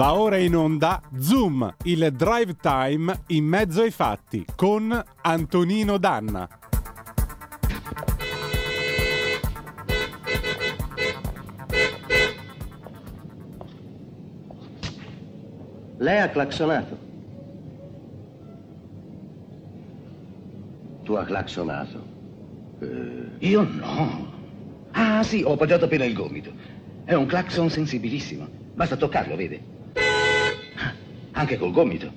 Va ora in onda Zoom, il drive time in mezzo ai fatti con Antonino Danna. Lei ha clacsonato. Tu hai clacsonato? Io no. Ah sì, ho appoggiato appena il gomito. È un clacson sensibilissimo. Basta toccarlo, vede? Anche col gomito.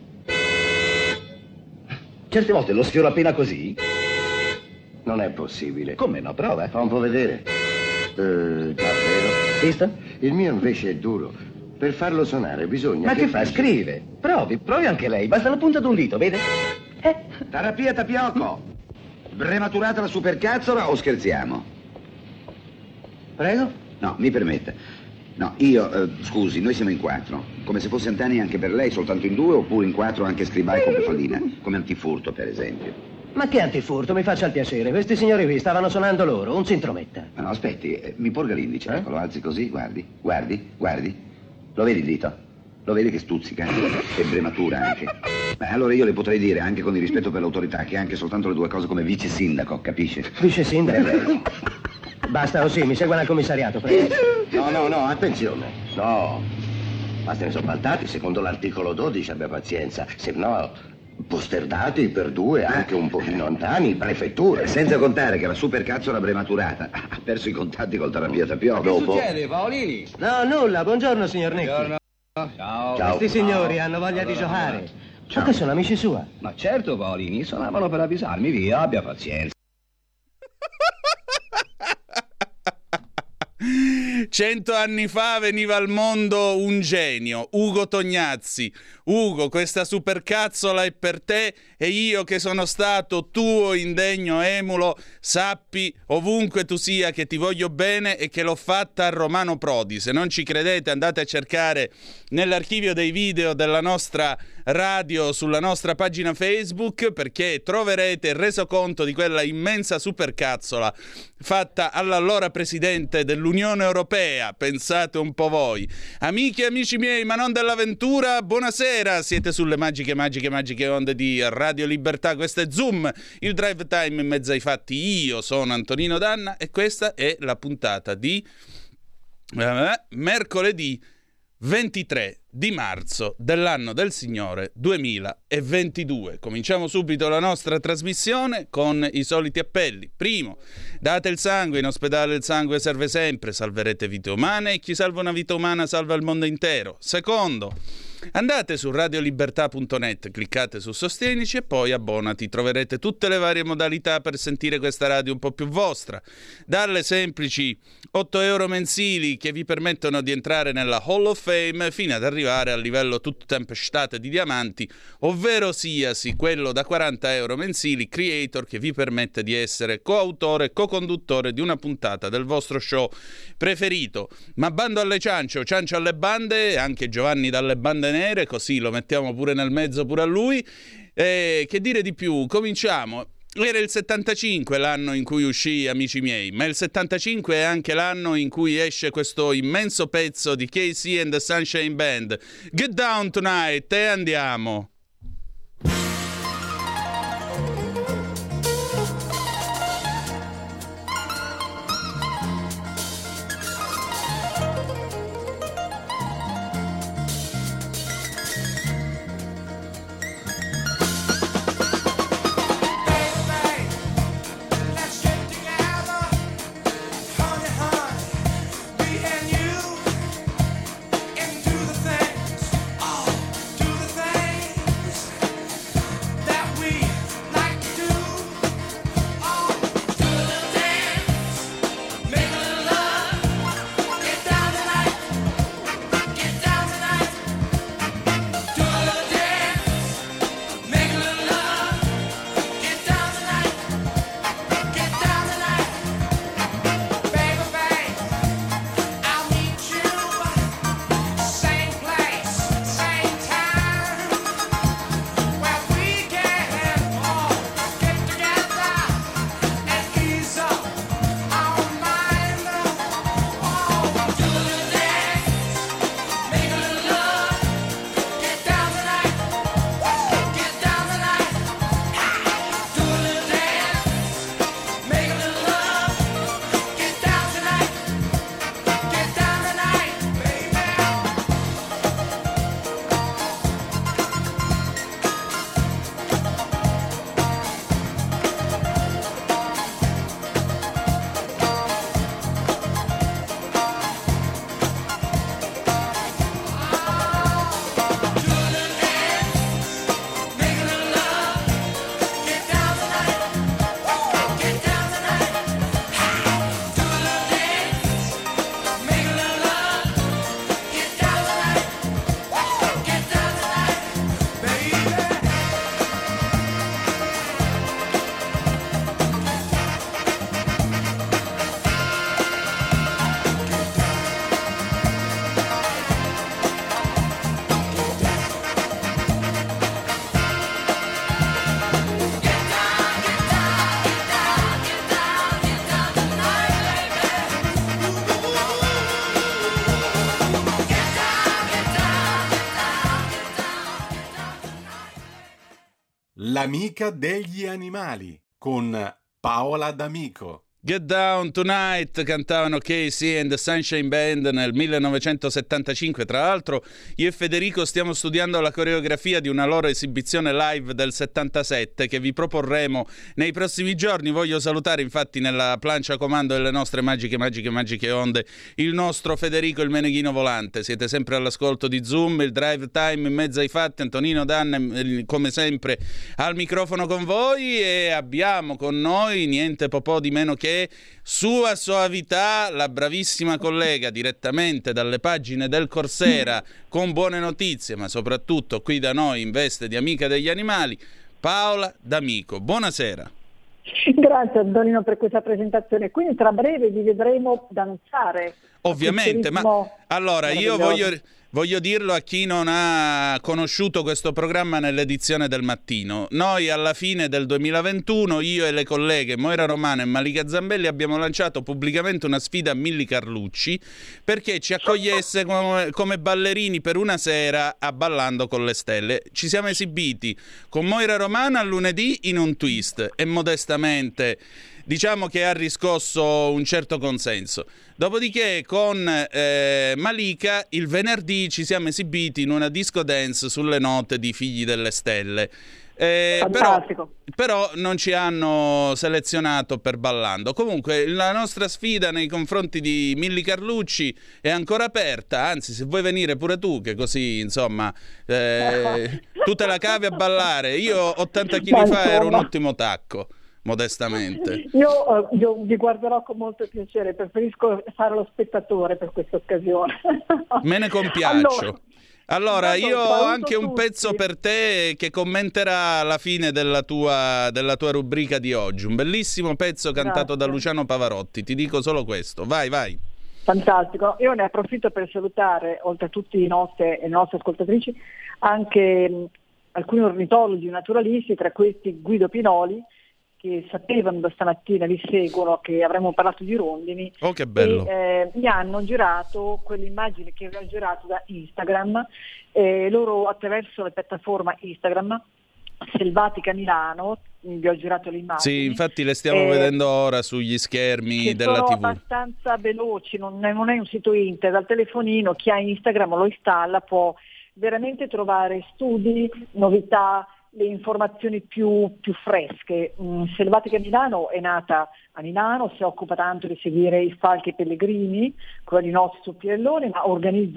Certe volte lo sfioro appena così. Non è possibile. Come no? Prova. Fa un po' vedere. Davvero? Visto? Il mio invece è duro. Per farlo suonare bisogna Ma che fa? faccia- Scrive. Provi anche lei. Basta la punta d'un dito, vede? Terapia tapioco. Prematurata la supercazzola o scherziamo? Prego? No, mi permetta. No, scusi, noi siamo in 4. Come se fosse Antani anche per lei, soltanto in 2, oppure in 4 anche Scribai con Pefallina. Come antifurto, per esempio. Ma che antifurto, mi faccia il piacere. Questi signori qui stavano suonando loro, un si intrometta. Ma no, aspetti, mi porga l'indice, ecco, lo alzi così, guardi. Lo vedi il dito? Lo vedi che stuzzica? E brematura anche. Beh, allora io le potrei dire, anche con il rispetto per l'autorità, che anche soltanto le due cose come vice sindaco, capisce? Vice sindaco? Basta così, mi segua al commissariato, prego. No, attenzione. No. Ma se ne sono baltati, secondo l'articolo 12, abbia pazienza. Se no, posterdati per 2, anche un pochino Antani, prefetture. Senza contare che la supercazzola brematurata ha perso i contatti col terapia tapioco. Che succede, Paolini? No, nulla, buongiorno signor Necchi. Ciao. Questi signori hanno voglia di giocare. Ma che sono amici sua? Ma certo, Paolini, suonavano per avvisarmi, via, abbia pazienza. 100 anni fa veniva al mondo un genio, Ugo Tognazzi. Ugo, questa supercazzola è per te e io che sono stato tuo indegno emulo, sappi ovunque tu sia che ti voglio bene e che l'ho fatta a Romano Prodi. Se non ci credete andate a cercare nell'archivio dei video della nostra radio sulla nostra pagina Facebook, perché troverete il resoconto di quella immensa supercazzola fatta all'allora presidente dell'Unione Europea. Pensate un po' voi. Amiche e amici miei, ma non dell'avventura, buonasera, siete sulle magiche onde di Radio Libertà. Questo è Zoom, il drive time in mezzo ai fatti. Io sono Antonino Danna e questa è la puntata di mercoledì 23 di marzo dell'anno del Signore 2022. Cominciamo subito la nostra trasmissione con i soliti appelli. Primo, date il sangue, in ospedale il sangue serve sempre, salverete vite umane e chi salva una vita umana salva il mondo intero. Secondo, andate su radiolibertà.net, cliccate su Sostienici e poi abbonati. Troverete tutte le varie modalità per sentire questa radio un po' più vostra. Dalle semplici 8 euro mensili che vi permettono di entrare nella Hall of Fame fino ad arrivare al livello tutto tempestate di diamanti, ovvero siasi quello da 40 euro mensili Creator, che vi permette di essere coautore e co-conduttore di una puntata del vostro show preferito. Ma bando alle ciancio alle bande, anche Giovanni dalle bande nere, così lo mettiamo pure nel mezzo pure a lui. Che dire di più? Cominciamo. Era il 75 l'anno in cui uscì Amici miei, ma il 75 è anche l'anno in cui esce questo immenso pezzo di KC and the Sunshine Band. Get down tonight e andiamo. Into the things, oh, do the things. L'amica degli animali con Paola D'Amico. Get Down Tonight cantavano Casey and the Sunshine Band nel 1975. Tra l'altro io e Federico stiamo studiando la coreografia di una loro esibizione live del 77 che vi proporremo nei prossimi giorni. Voglio salutare infatti nella plancia comando delle nostre magiche onde il nostro Federico il Meneghino Volante. Siete sempre all'ascolto di Zoom, il drive time in mezzo ai fatti. Antonino Danne come sempre al microfono con voi, e abbiamo con noi niente po' di meno che Sua Soavità, la bravissima collega direttamente dalle pagine del Corsera con buone notizie, ma soprattutto qui da noi in veste di amica degli animali, Paola D'Amico. Buonasera. Grazie Antonino per questa presentazione. Quindi tra breve vi vedremo danzare. Ovviamente, ma allora io voglio dirlo a chi non ha conosciuto questo programma nell'edizione del mattino. Noi alla fine del 2021, io e le colleghe Moira Romano e Malika Zambelli abbiamo lanciato pubblicamente una sfida a Milly Carlucci perché ci accogliesse come ballerini per una sera a Ballando con le Stelle. Ci siamo esibiti con Moira Romano a lunedì in un twist e modestamente diciamo che ha riscosso un certo consenso. Dopodiché con Malika il venerdì ci siamo esibiti in una disco dance sulle note di Figli delle Stelle. Però non ci hanno selezionato per Ballando. Comunque la nostra sfida nei confronti di Milly Carlucci è ancora aperta, anzi se vuoi venire pure tu, che così insomma tu te la cavi a ballare. Io 80 kg fa ero un ottimo tacco, modestamente. Io vi guarderò con molto piacere, preferisco fare lo spettatore per questa occasione. Me ne compiaccio. Allora io ho anche un pezzo per te che commenterà la fine della tua rubrica di oggi. Un bellissimo pezzo cantato da Luciano Pavarotti. Ti dico solo questo. Vai. Fantastico. Io ne approfitto per salutare, oltre a tutti i nostri e le nostre ascoltatrici, anche alcuni ornitologi naturalisti, tra questi Guido Pinoli, che sapevano da stamattina, li seguono, che avremmo parlato di rondini. Oh, che bello! E mi hanno girato quell'immagine che avevo girato da Instagram, loro attraverso la piattaforma Instagram, Selvatica Milano, vi ho girato le immagini. Sì, infatti le stiamo vedendo ora sugli schermi della sono TV. Sono abbastanza veloci, non è un sito internet, dal telefonino chi ha Instagram lo installa, può veramente trovare studi, novità, le informazioni più fresche. Selvatica Milano è nata a Milano, si occupa tanto di seguire i falchi pellegrini, quelli nostri su Pirellone, ma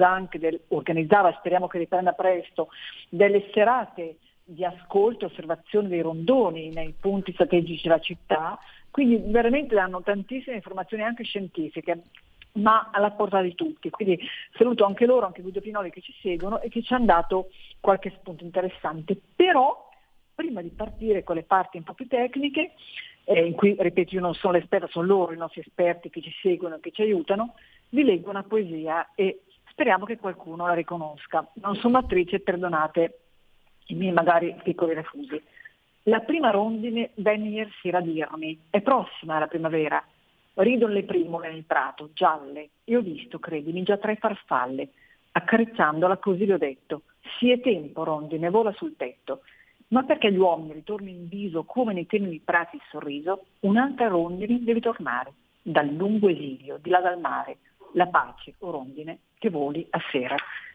organizzava, speriamo che riprenda presto, delle serate di ascolto e osservazione dei rondoni nei punti strategici della città, quindi veramente danno tantissime informazioni anche scientifiche, ma alla portata di tutti. Quindi saluto anche loro, anche Guido Pinoli che ci seguono e che ci hanno dato qualche spunto interessante. Però prima di partire con le parti un po' più tecniche, in cui, ripeto, io non sono l'esperta, sono loro i nostri esperti che ci seguono e che ci aiutano, vi leggo una poesia e speriamo che qualcuno la riconosca. Non sono attrice, perdonate i miei magari piccoli refusi. La prima rondine venne ieri sera a dirmi: è prossima la primavera. Ridono le primole nel prato, gialle, e ho visto, credimi, già 3 farfalle. Accarezzandola così le ho detto: sì, è tempo, rondine, vola sul tetto. Ma perché gli uomini ritornino in viso come nei tenui prati il sorriso, un'altra rondine deve tornare dal lungo esilio, di là dal mare, la pace, o rondine, che voli a sera.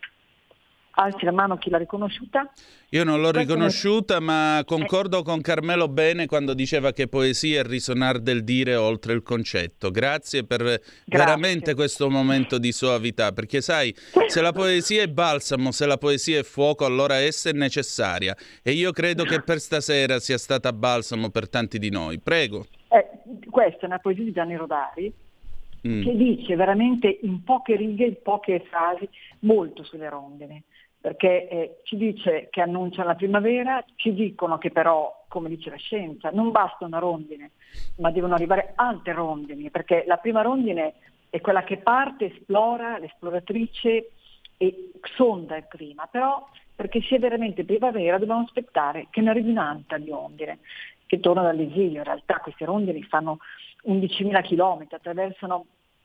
Alzi la mano chi l'ha riconosciuta. Io non l'ho riconosciuta, ma concordo con Carmelo Bene quando diceva che poesia è il risonar del dire oltre il concetto. Grazie per veramente questo momento di soavità, perché sai, se la poesia è balsamo, se la poesia è fuoco, allora essa è necessaria, e io credo che per stasera sia stata balsamo per tanti di noi. Prego. Questa è una poesia di Gianni Rodari, che dice veramente in poche righe, in poche frasi, molto sulle rondini, perché ci dice che annuncia la primavera, ci dicono che però, come dice la scienza, non basta una rondine, ma devono arrivare altre rondini, perché la prima rondine è quella che parte, esplora, l'esploratrice e sonda il clima, però perché sia veramente primavera dobbiamo aspettare che ne arrivi un'altra di rondine, che torna dall'esilio. In realtà queste rondini fanno 11.000 chilometri, attraversano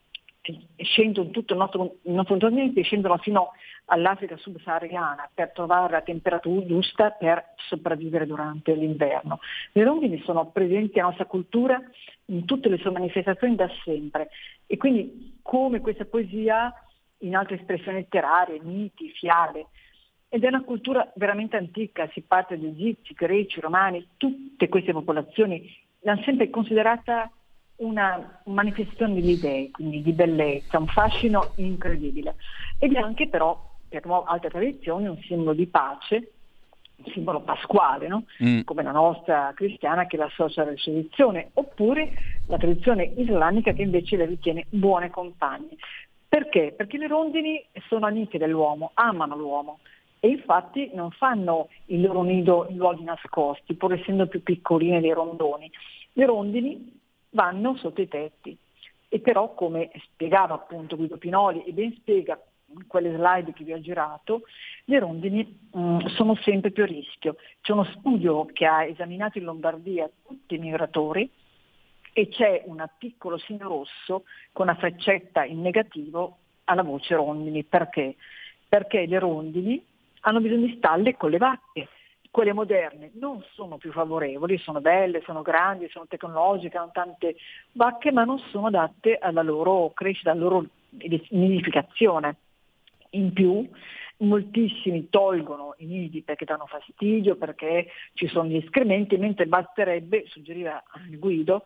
scendono tutto il nostro continente, scendono fino all'Africa subsahariana per trovare la temperatura giusta per sopravvivere durante l'inverno. Le rondini sono presenti nella nostra cultura in tutte le sue manifestazioni da sempre, e quindi come questa poesia in altre espressioni letterarie, miti, fiabe. Ed è una cultura veramente antica, si parte da egizi, greci, romani, tutte queste popolazioni l'hanno sempre considerata una manifestazione di idee, quindi di bellezza, un fascino incredibile. Ed è anche però, per altre tradizioni, un simbolo di pace, un simbolo pasquale, no? Come la nostra cristiana che l'associa alla risurrezione, oppure la tradizione islamica che invece le ritiene buone compagne. Perché? Perché le rondini sono amiche dell'uomo, amano l'uomo, e infatti non fanno il loro nido in luoghi nascosti, pur essendo più piccoline dei rondoni. Le rondini vanno sotto i tetti, e però, come spiegava appunto Guido Pinoli e ben spiega in quelle slide che vi ho girato, le rondini sono sempre più a rischio. C'è uno studio che ha esaminato in Lombardia tutti i migratori e c'è un piccolo segno rosso con una freccetta in negativo alla voce rondini. Perché? Perché le rondini hanno bisogno di stalle con le vacche. Quelle moderne non sono più favorevoli, sono belle, sono grandi, sono tecnologiche, hanno tante vacche, ma non sono adatte alla loro crescita, alla loro nidificazione. In più, moltissimi tolgono i nidi perché danno fastidio, perché ci sono gli escrementi, mentre basterebbe, suggeriva Guido,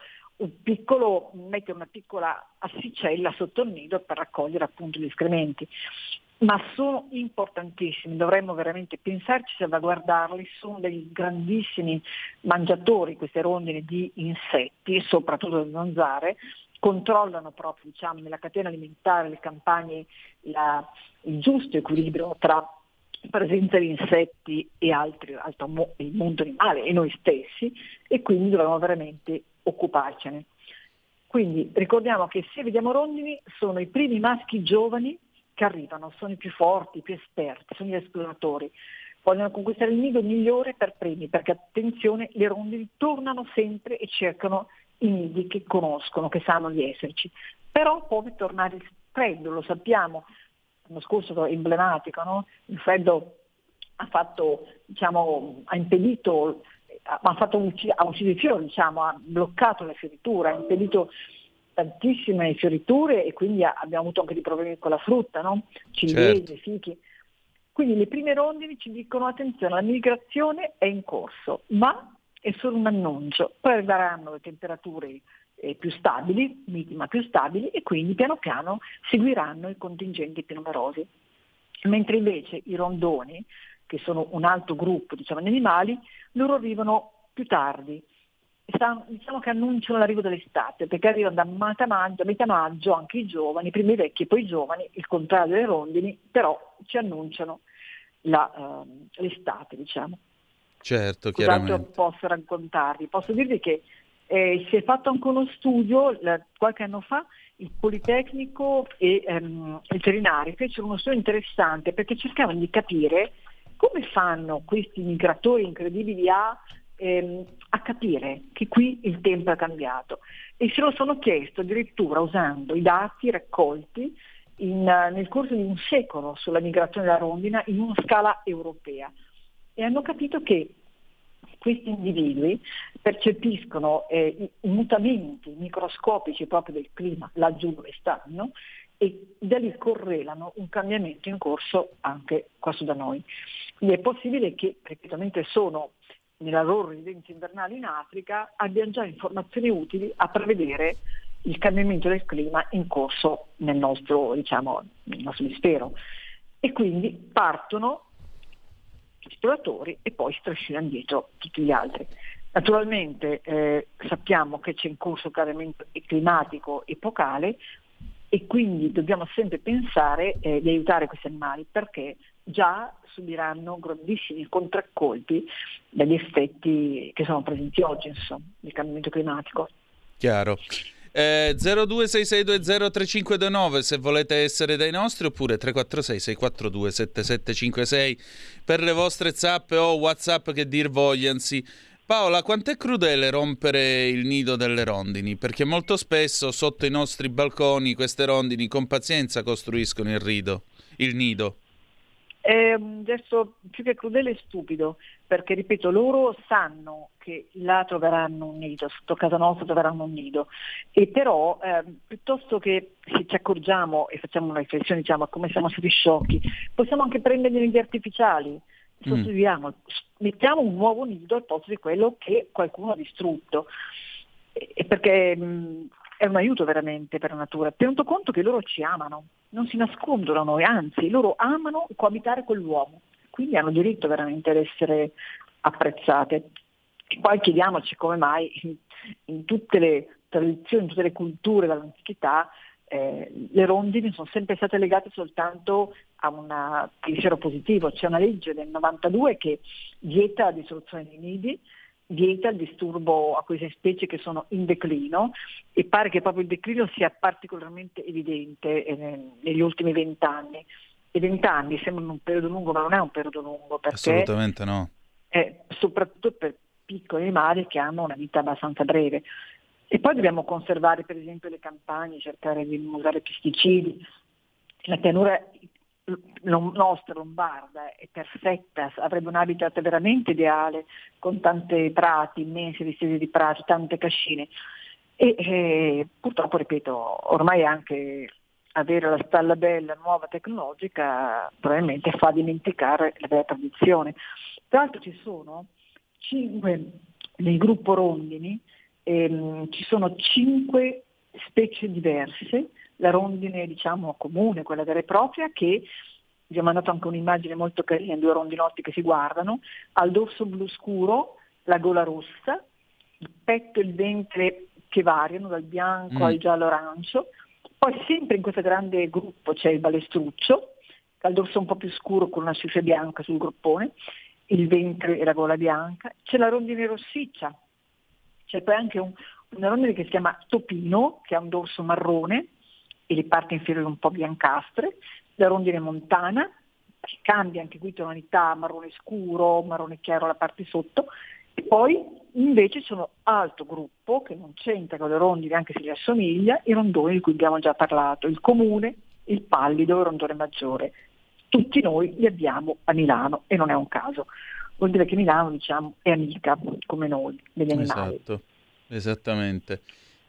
mettere una piccola assicella sotto il nido per raccogliere appunto gli escrementi. Ma sono importantissimi, dovremmo veramente pensarci, salvaguardarli, sono dei grandissimi mangiatori queste rondini di insetti, soprattutto di zanzare, controllano proprio nella catena alimentare, le campagne, il giusto equilibrio tra presenza di insetti e il mondo animale e noi stessi, e quindi dovremmo veramente occuparcene. Quindi ricordiamo che se vediamo rondini sono i primi maschi giovani che arrivano, sono i più forti, i più esperti, sono gli esploratori, vogliono conquistare il nido migliore per primi, perché attenzione, le rondini tornano sempre e cercano i nidi che conoscono, che sanno di esserci. Però può tornare il freddo, lo sappiamo, l'anno scorso è emblematico, no? Il freddo ha impedito, ha ucciso i fiori, ha bloccato le fioriture, ha impedito tantissime fioriture, e quindi abbiamo avuto anche dei problemi con la frutta, no? Ciliegie, certo. fichi. Quindi le prime rondini ci dicono: attenzione, la migrazione è in corso, ma è solo un annuncio. Poi arriveranno le temperature più stabili, miti ma più stabili, e quindi piano piano seguiranno i contingenti più numerosi. Mentre invece i rondoni, che sono un altro gruppo di animali, loro arrivano più tardi. Diciamo che annunciano l'arrivo dell'estate, perché arrivano da metà maggio anche i giovani, prima i vecchi e poi i giovani, il contrario delle rondini, però ci annunciano l'estate, Certo, chiaramente. chiaramente. Posso raccontarvi? Posso dirvi che si è fatto anche uno studio qualche anno fa, il Politecnico e il Veterinario fecero uno studio interessante, perché cercavano di capire come fanno questi migratori incredibili a capire che qui il tempo è cambiato, e se lo sono chiesto addirittura usando i dati raccolti nel corso di un secolo sulla migrazione della rondina in una scala europea, e hanno capito che questi individui percepiscono i mutamenti microscopici proprio del clima laggiù dove stanno, e da lì correlano un cambiamento in corso anche qua su da noi. Quindi è possibile che, ripetutamente, sono nella loro residenza invernale in Africa, abbiano già informazioni utili a prevedere il cambiamento del clima in corso nel nostro emisfero. E quindi partono gli esploratori e poi si trascinano dietro tutti gli altri. Naturalmente sappiamo che c'è in corso un cambiamento climatico epocale, e quindi dobbiamo sempre pensare di aiutare questi animali, perché già subiranno grandissimi contraccolpi dagli effetti che sono presenti oggi, del cambiamento climatico. Chiaro. 0266203529 se volete essere dai nostri, oppure 346 642 7756 per le vostre zappe o WhatsApp che dir vogliansi. Paola, quant'è crudele rompere il nido delle rondini? Perché molto spesso sotto i nostri balconi queste rondini con pazienza costruiscono il nido. È un gesto più che crudele e stupido, perché ripeto, loro sanno che là troveranno un nido, sotto casa nostra troveranno un nido, e però piuttosto che se ci accorgiamo e facciamo una riflessione, diciamo, come siamo stati sciocchi, possiamo anche prendere dei nidi artificiali, sostituiamo, mettiamo un nuovo nido al posto di quello che qualcuno ha distrutto, e perché è un aiuto veramente per la natura, tenuto conto che loro ci amano, non si nascondono a noi, anzi loro amano coabitare con l'uomo, quindi hanno diritto veramente ad essere apprezzate. E poi chiediamoci come mai in tutte le tradizioni, in tutte le culture dall'antichità, le rondini sono sempre state legate soltanto a un pensiero positivo. C'è una legge del 92 che vieta la distruzione dei nidi, vieta il disturbo a queste specie che sono in declino, e pare che proprio il declino sia particolarmente evidente negli ultimi 20 anni. E 20 anni sembrano un periodo lungo, ma non è un periodo lungo, perché Assolutamente no. soprattutto per piccoli animali che hanno una vita abbastanza breve. E poi dobbiamo conservare per esempio le campagne, cercare di non usare pesticidi. La pianura nostra lombarda è perfetta, avrebbe un habitat veramente ideale, con tanti prati, immensi distesi di prati, tante cascine. E purtroppo, ripeto, ormai anche avere la stalla bella nuova tecnologica probabilmente fa dimenticare la bella tradizione. Tra l'altro ci sono 5 nel gruppo rondini, ci sono 5 specie diverse, la rondine diciamo comune, quella vera e propria, che vi ho mandato anche un'immagine molto carina, 2 rondinotti che si guardano, al dorso blu scuro, la gola rossa, il petto e il ventre che variano dal bianco al giallo-arancio. Poi sempre in questo grande gruppo c'è il balestruccio, che ha il dorso un po' più scuro con una striscia bianca sul groppone, il ventre e la gola bianca. C'è la rondine rossiccia, c'è poi anche una rondine che si chiama topino, che ha un dorso marrone e le parti inferiori un po' biancastre, la rondine montana, che cambia anche qui tonalità, marrone scuro, marrone chiaro la parte sotto, e poi invece c'è un altro gruppo che non c'entra con le rondini, anche se gli assomiglia, i rondoni di cui abbiamo già parlato, il comune, il pallido e il rondone maggiore. Tutti noi li abbiamo a Milano e non è un caso. Vuol dire che Milano, diciamo, è amica come noi degli animali. Esatto, esattamente.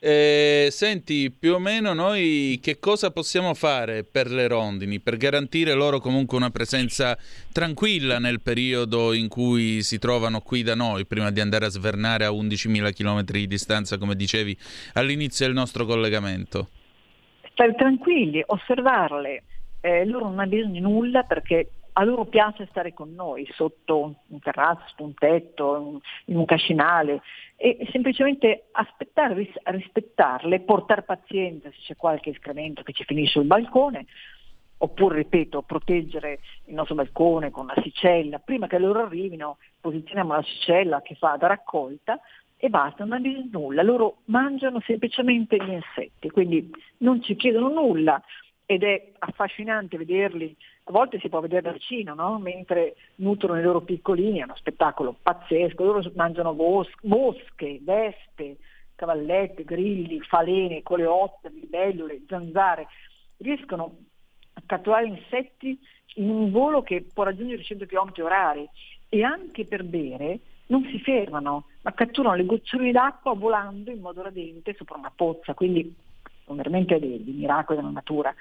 Senti, più o meno noi che cosa possiamo fare per le rondini, per garantire loro comunque una presenza tranquilla nel periodo in cui si trovano qui da noi, prima di andare a svernare a 11.000 km di distanza, come dicevi all'inizio del nostro collegamento? Stare tranquilli, osservarle, loro non hanno bisogno di nulla perché a loro piace stare con noi sotto un terrazzo, sotto un tetto, in un cascinale, e semplicemente aspettare, rispettarle, portare pazienza se c'è qualche escremento che ci finisce sul balcone, oppure, ripeto, proteggere il nostro balcone con una asticella. Prima che loro arrivino posizioniamo l'asticella che fa da raccolta e basta, non hanno bisogno di nulla, loro mangiano semplicemente gli insetti, quindi non ci chiedono nulla. Ed è affascinante vederli, a volte si può vedere da vicino, no? Mentre nutrono i loro piccolini, è uno spettacolo pazzesco, loro mangiano mosche, vespe, cavallette, grilli, falene, coleotte, libellule, zanzare, riescono a catturare insetti in un volo che può raggiungere i 100 km/h, e anche per bere non si fermano, ma catturano le goccioline d'acqua volando in modo radente sopra una pozza, quindi sono veramente dei miracoli della natura.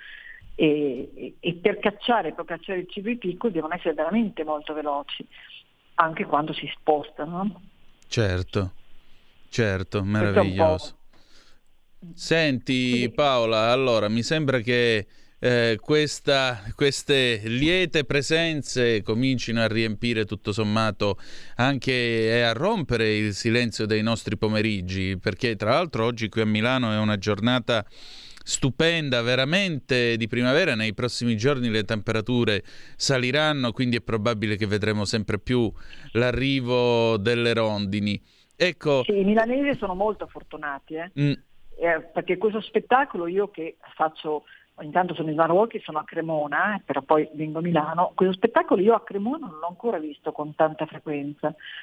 E per cacciare il cibo ai piccoli devono essere veramente molto veloci, anche quando si spostano. Certo, meraviglioso. Senti Paola, allora mi sembra che queste liete presenze comincino a riempire tutto sommato anche e a rompere il silenzio dei nostri pomeriggi, perché tra l'altro oggi qui a Milano è una giornata stupenda, veramente di primavera. Nei prossimi giorni le temperature saliranno, quindi è probabile che vedremo sempre più l'arrivo delle rondini. Ecco. Sì, i milanesi sono molto fortunati, perché questo spettacolo, io che faccio ogni tanto sono in Smart Walking, sono a Cremona, però poi vengo a Milano, questo spettacolo io a Cremona non l'ho ancora visto con tanta frequenza,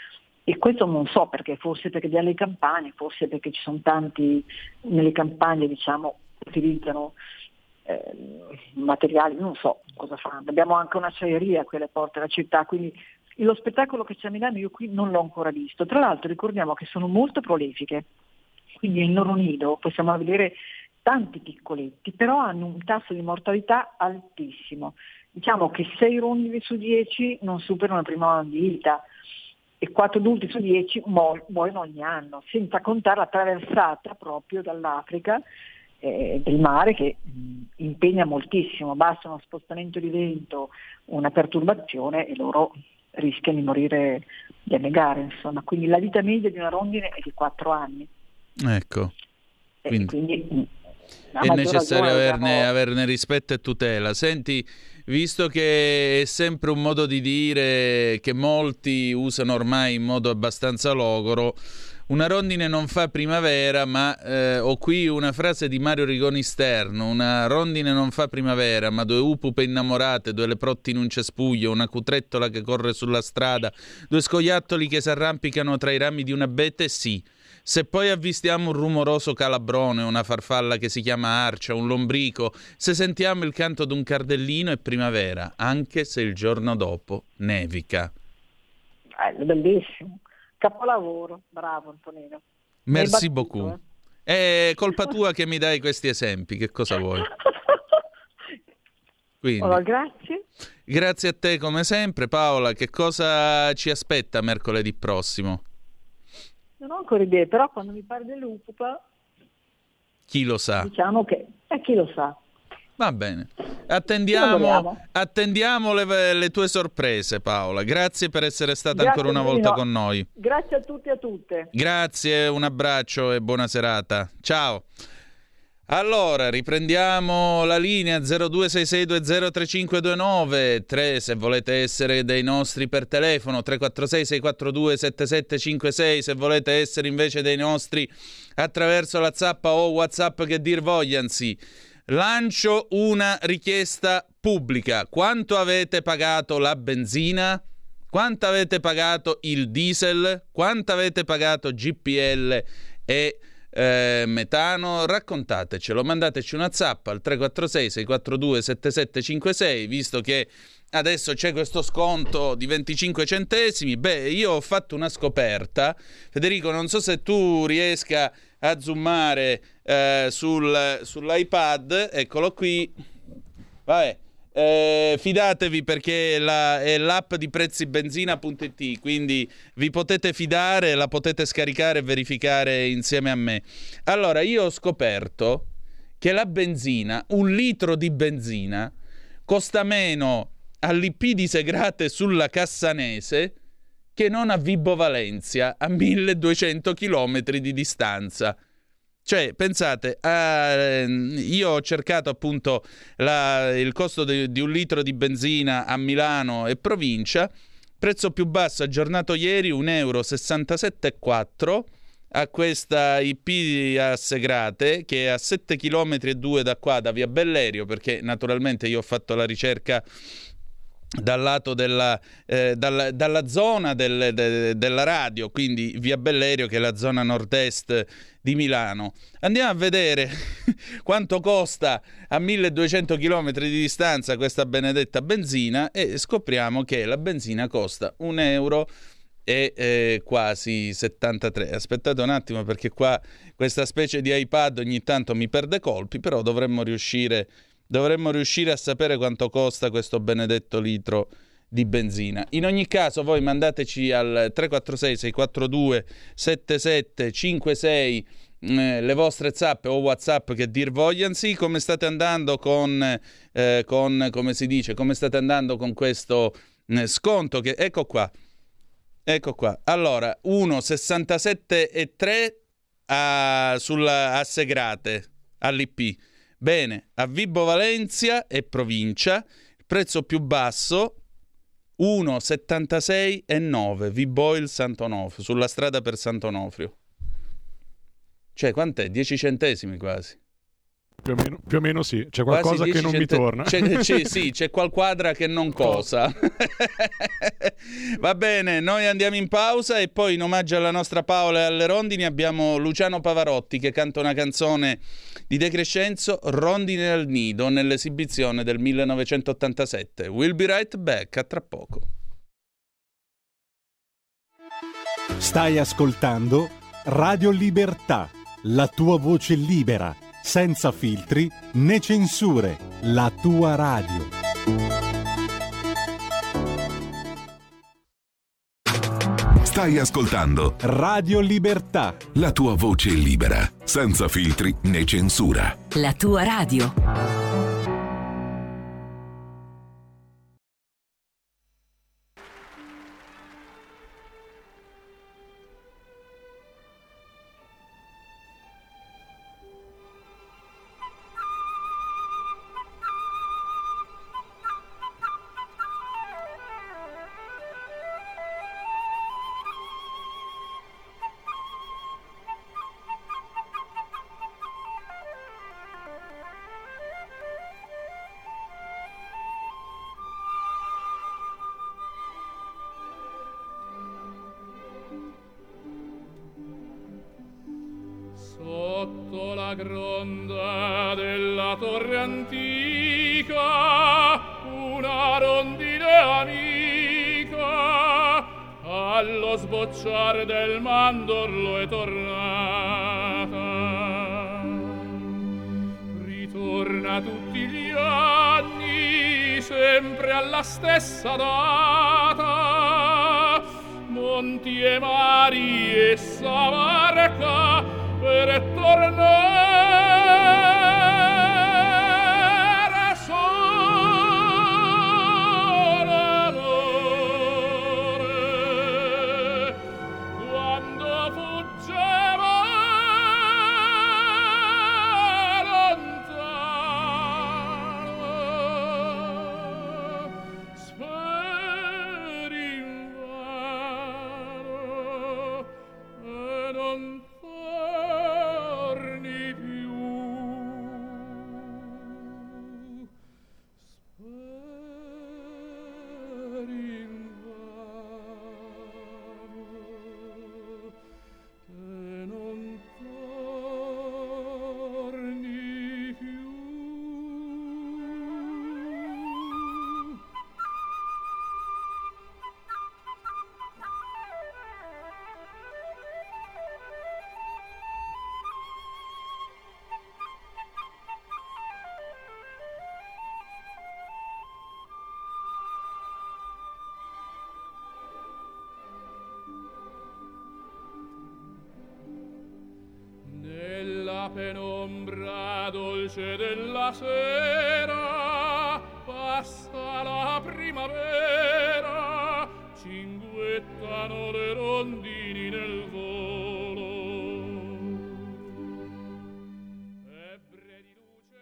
E questo non so perché, forse perché dalle campagne, forse perché ci sono tanti nelle campagne, diciamo, utilizzano materiali, non so cosa fanno. Abbiamo anche un'acciaieria a quelle porte della città, quindi lo spettacolo che c'è a Milano io qui non l'ho ancora visto. Tra l'altro ricordiamo che sono molto prolifiche, quindi nel loro nido possiamo vedere tanti piccoletti, però hanno un tasso di mortalità altissimo. Diciamo che 6 rondini su 10 non superano il primo anno di vita e 4 adulti su 10 muoiono ogni anno, senza contare la traversata proprio dall'Africa del mare che impegna moltissimo, basta uno spostamento di vento, una perturbazione e loro rischiano di morire, di annegare, insomma. Quindi la vita media di una rondine è di 4 anni. Ecco. Quindi è necessario averne rispetto e tutela. Senti, visto che è sempre un modo di dire che molti usano ormai in modo abbastanza logoro, una rondine non fa primavera, ma ho qui una frase di Mario Rigoni Sterno: una rondine non fa primavera, ma 2 upupe innamorate, 2 leprotti in un cespuglio, una cutrettola che corre sulla strada, 2 scoiattoli che si arrampicano tra i rami di un abete, sì. Se poi avvistiamo un rumoroso calabrone, una farfalla che si chiama arcia, un lombrico, se sentiamo il canto d'un cardellino è primavera, anche se il giorno dopo nevica. Bellissimo. Capolavoro, bravo Antonino. Merci beaucoup. È colpa tua che mi dai questi esempi, che cosa vuoi? Quindi, allora, grazie. Grazie a te come sempre, Paola. Che cosa ci aspetta mercoledì prossimo? Non ho ancora idea, però quando mi parli dell'upupa, chi lo sa? Diciamo che chi lo sa. Va bene. Attendiamo le tue sorprese, Paola. Grazie per essere stata ancora una volta con noi. Grazie a tutti e a tutte. Grazie, un abbraccio e buona serata. Ciao. Allora, riprendiamo la linea 0266203529, 3 se volete essere dei nostri per telefono, 346-642-7756 se volete essere invece dei nostri attraverso la zappa o WhatsApp che dir vogliansi. Lancio una richiesta pubblica. Quanto avete pagato la benzina? Quanto avete pagato il diesel? Quanto avete pagato GPL e metano? Raccontatecelo, mandateci una zappa al 346-642-7756, visto che adesso c'è questo sconto di 25 centesimi. Io ho fatto una scoperta. Federico, non so se tu riesca a zoomare sull'iPad, eccolo qui. Vabbè, fidatevi perché è l'app di prezzibenzina.it, quindi vi potete fidare, la potete scaricare e verificare insieme a me. Allora, io ho scoperto che la benzina, 1 litro di benzina, costa meno all'IP di Segrate sulla Cassanese che non a Vibo Valencia, a 1200 chilometri di distanza. Cioè, pensate, io ho cercato appunto il costo di 1 litro di benzina a Milano e provincia, prezzo più basso aggiornato ieri, €1,67,4 a questa IP a Segrate, che è a 7,2 km da qua, da Via Bellerio, perché naturalmente io ho fatto la ricerca dal lato dalla zona della radio, quindi Via Bellerio, che è la zona nord-est di Milano. Andiamo a vedere quanto costa a 1200 km di distanza questa benedetta benzina e scopriamo che la benzina costa €1 e quasi 73. Aspettate un attimo, perché qua questa specie di iPad ogni tanto mi perde colpi, però dovremmo riuscire a sapere quanto costa questo benedetto litro di benzina. In ogni caso voi mandateci al 346-642-7756 le vostre zappe o WhatsApp che dir vogliansi. Come state andando con come si dice, come state andando con questo sconto che ecco qua. Allora, 1,67,3 a Segrate all'IP. Bene, a Vibo Valencia e provincia, il prezzo più basso 1,76,9, Viboil Sant'Onofrio, sulla strada per Sant'Onofrio. Cioè, quant'è? 10 centesimi quasi. Più o meno sì, c'è qualcosa che non mi torna. C'è qualquadra che non cosa. Va bene, noi andiamo in pausa e poi in omaggio alla nostra Paola e alle rondini abbiamo Luciano Pavarotti che canta una canzone di De Crescenzo, Rondine al nido, nell'esibizione del 1987. We'll be right back, a tra poco. Stai ascoltando Radio Libertà, la tua voce libera, senza filtri né censure, la tua radio. Stai ascoltando Radio Libertà, la tua voce libera, senza filtri né censura. La tua radio. Sotto la gronda della torre antica, una rondine amica, allo sbocciare del mandorlo è tornata. Ritorna tutti gli anni, sempre alla stessa data, monti e mari essa varca, per tornare solo amore. Quando fuggeva lontano, speri invano e non torni più. Speri invano e non torni più. Nella penombra dolce della sera passa la primavera, cinguettano le rondini nel volo. Ebbre di luce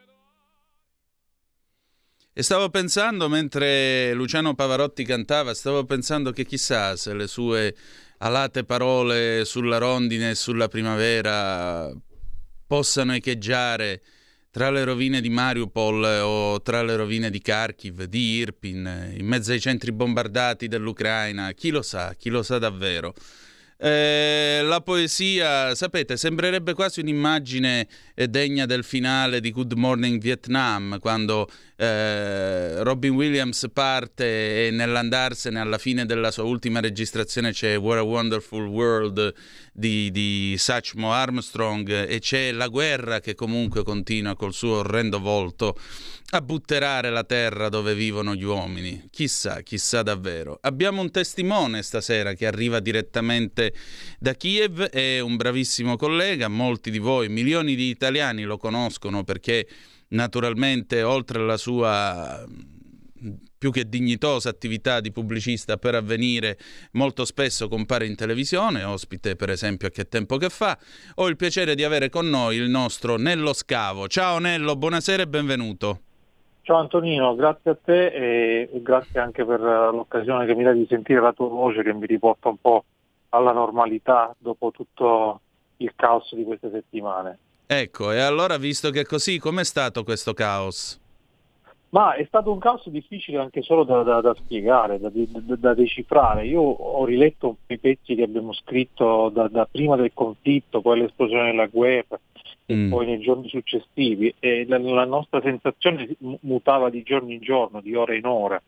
E stavo pensando, mentre Luciano Pavarotti cantava, stavo pensando che chissà se le sue alate parole sulla rondine e sulla primavera possano echeggiare tra le rovine di Mariupol o tra le rovine di Kharkiv, di Irpin, in mezzo ai centri bombardati dell'Ucraina. Chi lo sa davvero. La poesia, sapete, sembrerebbe quasi un'immagine degna del finale di Good Morning Vietnam, quando Robin Williams parte e nell'andarsene alla fine della sua ultima registrazione c'è What a Wonderful World di Satchmo Armstrong e c'è la guerra che comunque continua col suo orrendo volto a butterare la terra dove vivono gli uomini. Chissà davvero. Abbiamo un testimone stasera che arriva direttamente da Kiev, è un bravissimo collega, molti di voi, milioni di italiani lo conoscono perché naturalmente oltre alla sua più che dignitosa attività di pubblicista per Avvenire, molto spesso compare in televisione, ospite per esempio a Che tempo che fa. Ho il piacere di avere con noi il nostro Nello Scavo. Ciao Nello, buonasera e benvenuto. Ciao Antonino, grazie a te e grazie anche per l'occasione che mi dai di sentire la tua voce che mi riporta un po' alla normalità dopo tutto il caos di queste settimane. Ecco, e allora visto che è così, com'è stato questo caos? Ma è stato un caos difficile anche solo da spiegare, da decifrare. Io ho riletto un po' i pezzi che abbiamo scritto da prima del conflitto, poi l'esplosione della guerra e poi nei giorni successivi, e la nostra sensazione mutava di giorno in giorno, di ora in ora.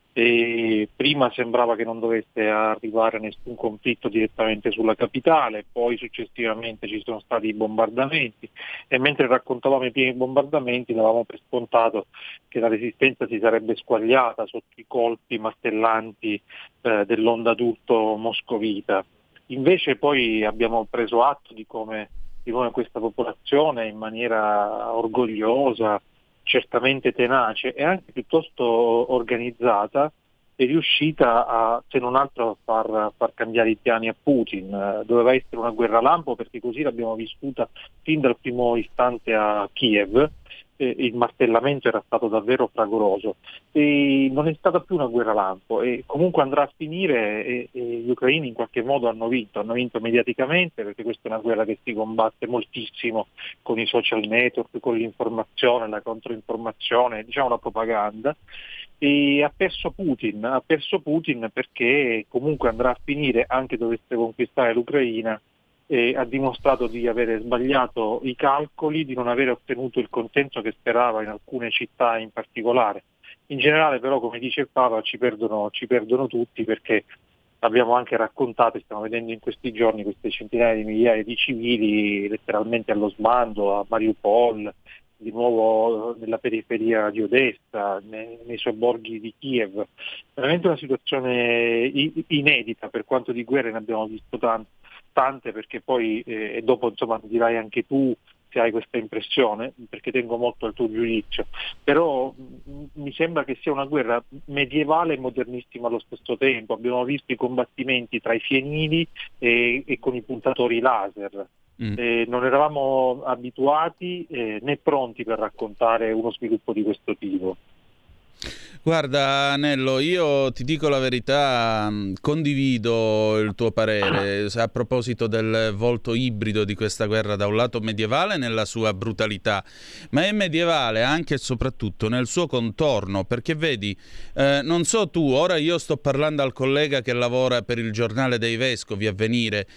E prima sembrava che non dovesse arrivare nessun conflitto direttamente sulla capitale, poi successivamente ci sono stati i bombardamenti, e mentre raccontavamo i primi bombardamenti davamo per scontato che la resistenza si sarebbe squagliata sotto i colpi martellanti dell'onda d'urto moscovita. Invece poi abbiamo preso atto di come questa popolazione, in maniera orgogliosa, certamente tenace e anche piuttosto organizzata, è riuscita a, se non altro, a far cambiare i piani a Putin. Doveva essere una guerra lampo, perché così l'abbiamo vissuta fin dal primo istante a Kiev. Il martellamento era stato davvero fragoroso e non è stata più una guerra lampo, e comunque andrà a finire e gli ucraini in qualche modo hanno vinto mediaticamente, perché questa è una guerra che si combatte moltissimo con i social network, con l'informazione, la controinformazione, diciamo la propaganda, e ha perso Putin perché comunque andrà a finire, anche dovesse conquistare l'Ucraina. E ha dimostrato di avere sbagliato i calcoli, di non avere ottenuto il consenso che sperava in alcune città in particolare. In generale però, come dice il Papa, ci perdono tutti, perché abbiamo anche raccontato, stiamo vedendo in questi giorni, queste centinaia di migliaia di civili letteralmente allo sbando, a Mariupol, di nuovo nella periferia di Odessa, nei sobborghi di Kiev. Veramente una situazione inedita, per quanto di guerre ne abbiamo visto tante, perché poi, e dopo insomma dirai anche tu se hai questa impressione, perché tengo molto al tuo giudizio, però mi sembra che sia una guerra medievale e modernissima allo stesso tempo. Abbiamo visto i combattimenti tra i fienili e con i puntatori laser. Non eravamo abituati né pronti per raccontare uno sviluppo di questo tipo. Guarda Nello, io ti dico la verità, condivido il tuo parere a proposito del volto ibrido di questa guerra, da un lato medievale nella sua brutalità, ma è medievale anche e soprattutto nel suo contorno, perché vedi, non so tu, ora io sto parlando al collega che lavora per il giornale dei vescovi, Avvenire,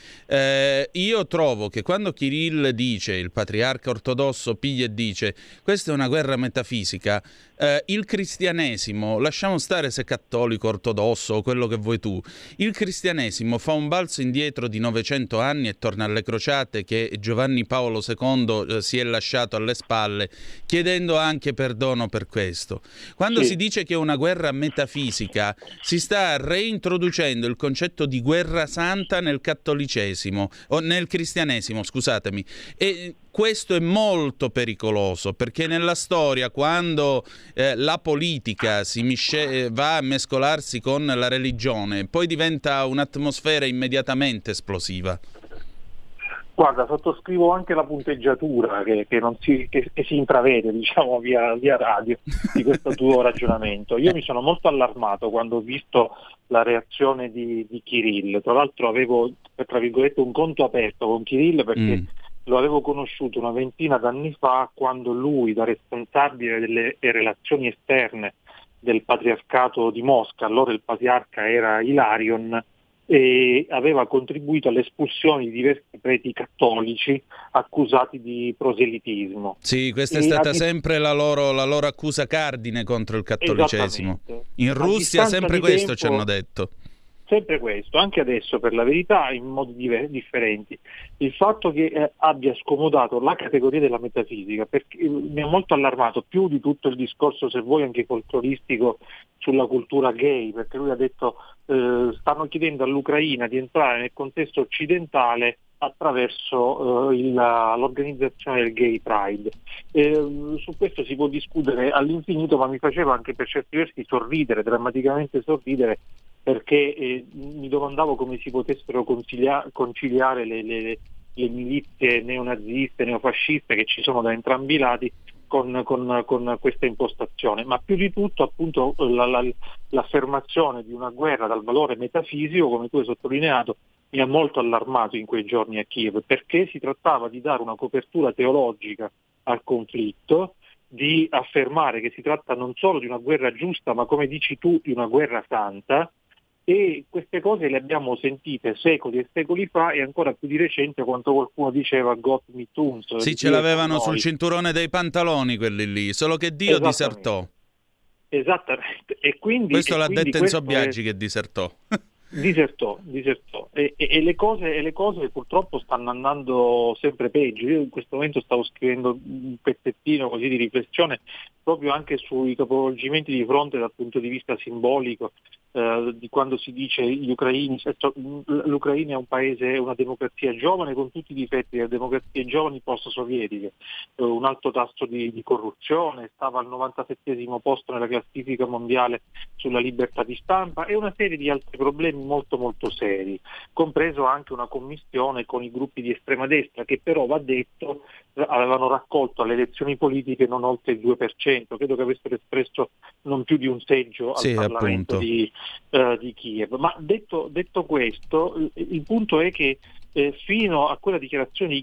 io trovo che quando Kirill dice, il patriarca ortodosso piglia e dice questa è una guerra metafisica, il cristianesimo, lasciamo stare se cattolico, ortodosso o quello che vuoi tu, il cristianesimo fa un balzo indietro di 900 anni e torna alle crociate che Giovanni Paolo II si è lasciato alle spalle, chiedendo anche perdono per questo. Quando si dice che è una guerra metafisica, si sta reintroducendo il concetto di guerra santa nel cattolicesimo, o nel cristianesimo, scusatemi, e questo è molto pericoloso, perché nella storia, quando la politica va a mescolarsi con la religione, poi diventa un'atmosfera immediatamente esplosiva. Guarda, sottoscrivo anche la punteggiatura che si intravede, diciamo, via radio di questo tuo ragionamento. Io mi sono molto allarmato quando ho visto la reazione di Kirill. Tra l'altro avevo, tra virgolette, un conto aperto con Kirill, perché lo avevo conosciuto una ventina d'anni fa, quando lui, da responsabile delle relazioni esterne del patriarcato di Mosca, allora il patriarca era Ilarion, e aveva contribuito all'espulsione di diversi preti cattolici accusati di proselitismo. Sì, questa è stata sempre la loro accusa cardine contro il cattolicesimo. In Russia sempre questo ci hanno detto. Sempre questo, anche adesso per la verità in modi differenti. Il fatto che abbia scomodato la categoria della metafisica, perché mi ha molto allarmato, più di tutto il discorso, se vuoi anche folcloristico, sulla cultura gay, perché lui ha detto stanno chiedendo all'Ucraina di entrare nel contesto occidentale attraverso l'organizzazione del Gay Pride. Su questo si può discutere all'infinito, ma mi faceva anche per certi versi sorridere, drammaticamente sorridere, perché mi domandavo come si potessero conciliare le milizie neonaziste, neofasciste che ci sono da entrambi i lati con questa impostazione, ma più di tutto appunto l'affermazione di una guerra dal valore metafisico, come tu hai sottolineato, mi ha molto allarmato in quei giorni a Kiev, perché si trattava di dare una copertura teologica al conflitto, di affermare che si tratta non solo di una guerra giusta, ma come dici tu, di una guerra santa, e queste cose le abbiamo sentite secoli e secoli fa e ancora più di recente quando qualcuno diceva Gott mit uns. Sì, ce Dio è con l'avevano sul noi. cinturone dei pantaloni quelli lì, solo che Dio disertò. Esattamente, e quindi, Questo l'ha detto Enzo questo è... Biaggi che disertò. Disertò. E le cose purtroppo stanno andando sempre peggio. Io in questo momento stavo scrivendo un pezzettino così di riflessione proprio anche sui capovolgimenti di fronte dal punto di vista simbolico, di quando si dice gli ucraini, l'Ucraina è un paese, una democrazia giovane con tutti i difetti delle democrazie giovani post-sovietiche, un alto tasso di corruzione, stava al 97° posto nella classifica mondiale sulla libertà di stampa e una serie di altri problemi molto molto seri, compreso anche una commistione con i gruppi di estrema destra che però, va detto, avevano raccolto alle elezioni politiche non oltre il 2%, credo che avessero espresso non più di un seggio al Parlamento di Kiev. Ma detto questo, il punto è che fino a quella dichiarazione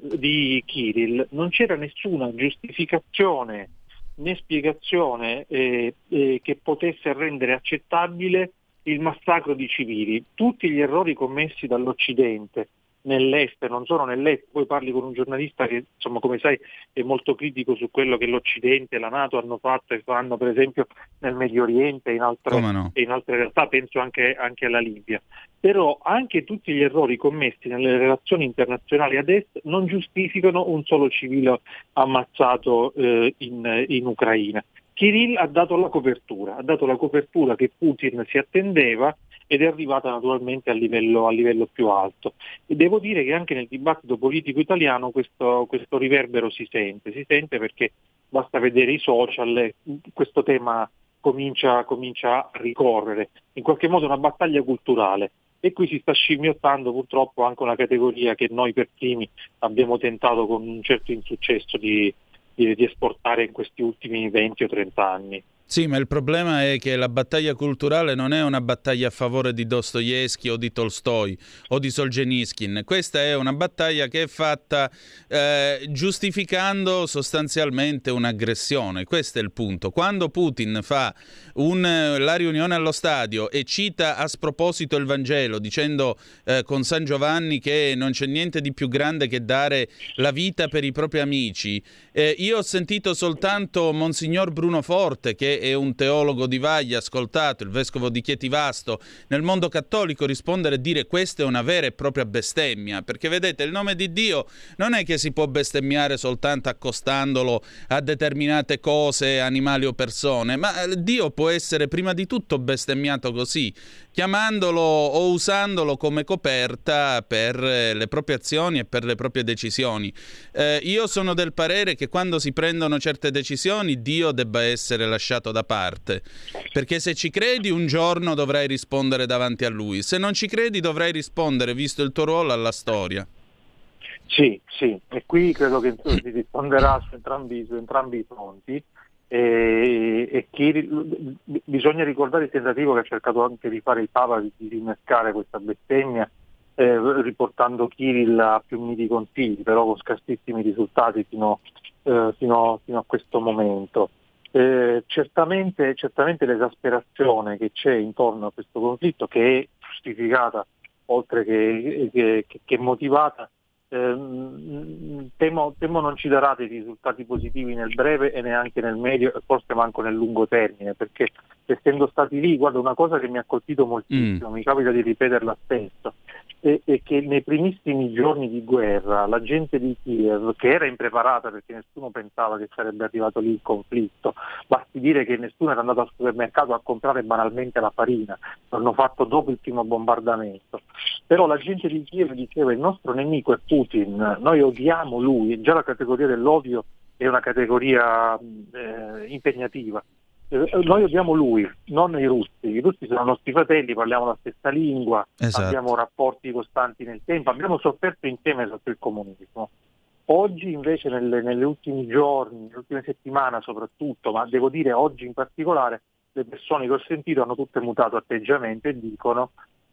di Kirill non c'era nessuna giustificazione né spiegazione che potesse rendere accettabile il massacro di civili. Tutti gli errori commessi dall'Occidente nell'est, non solo nell'est, poi parli con un giornalista che, insomma, come sai, è molto critico su quello che l'Occidente e la NATO hanno fatto e fanno per esempio nel Medio Oriente e in altre realtà, penso anche alla Libia. Però anche tutti gli errori commessi nelle relazioni internazionali ad est non giustificano un solo civile ammazzato in Ucraina. Kirill ha dato la copertura che Putin si attendeva ed è arrivata naturalmente a livello più alto. E devo dire che anche nel dibattito politico italiano questo riverbero si sente perché basta vedere i social, questo tema comincia a ricorrere, in qualche modo una battaglia culturale. E qui si sta scimmiottando purtroppo anche una categoria che noi per primi abbiamo tentato con un certo insuccesso di esportare in questi ultimi 20 o 30 anni. Sì, ma il problema è che la battaglia culturale non è una battaglia a favore di Dostoevsky o di Tolstoi o di Solzhenitsyn. Questa è una battaglia che è fatta giustificando sostanzialmente un'aggressione. Questo è il punto. Quando Putin fa la riunione allo stadio e cita a sproposito il Vangelo dicendo con San Giovanni che non c'è niente di più grande che dare la vita per i propri amici, io ho sentito soltanto Monsignor Bruno Forte, che è un teologo di vaglia ascoltato, il vescovo di Chietivasto, nel mondo cattolico, rispondere e dire questa è una vera e propria bestemmia, perché vedete, il nome di Dio non è che si può bestemmiare soltanto accostandolo a determinate cose, animali o persone, ma Dio può essere prima di tutto bestemmiato così, chiamandolo o usandolo come coperta per le proprie azioni e per le proprie decisioni. Io sono del parere che quando si prendono certe decisioni Dio debba essere lasciato da parte, perché se ci credi un giorno dovrai rispondere davanti a lui, se non ci credi dovrai rispondere, visto il tuo ruolo, alla storia. Sì, e qui credo che si risponderà su entrambi i fronti. E bisogna ricordare il tentativo che ha cercato anche di fare il Papa di rinnescare questa bestemmia, riportando Kirill a più miti consigli, però con scarsissimi risultati fino a questo momento. Certamente l'esasperazione che c'è intorno a questo conflitto, che è giustificata oltre che motivata, temo non ci darà dei risultati positivi nel breve e neanche nel medio e forse manco nel lungo termine, perché essendo stati lì, guarda, una cosa che mi ha colpito moltissimo, mi capita di ripeterla spesso, è che nei primissimi giorni di guerra la gente di Kiev, che era impreparata perché nessuno pensava che sarebbe arrivato lì il conflitto, basti dire che nessuno era andato al supermercato a comprare banalmente la farina, l'hanno fatto dopo il primo bombardamento, però la gente di Kiev diceva il nostro nemico è Putin, noi odiamo lui, già la categoria dell'odio è una categoria impegnativa. Noi odiamo lui, non i russi sono nostri fratelli, parliamo la stessa lingua, esatto. Abbiamo rapporti costanti nel tempo, abbiamo sofferto insieme sotto il comunismo. Oggi invece negli ultimi giorni, nelle ultime settimane soprattutto, ma devo dire oggi in particolare, le persone che ho sentito hanno tutte mutato atteggiamento e dicono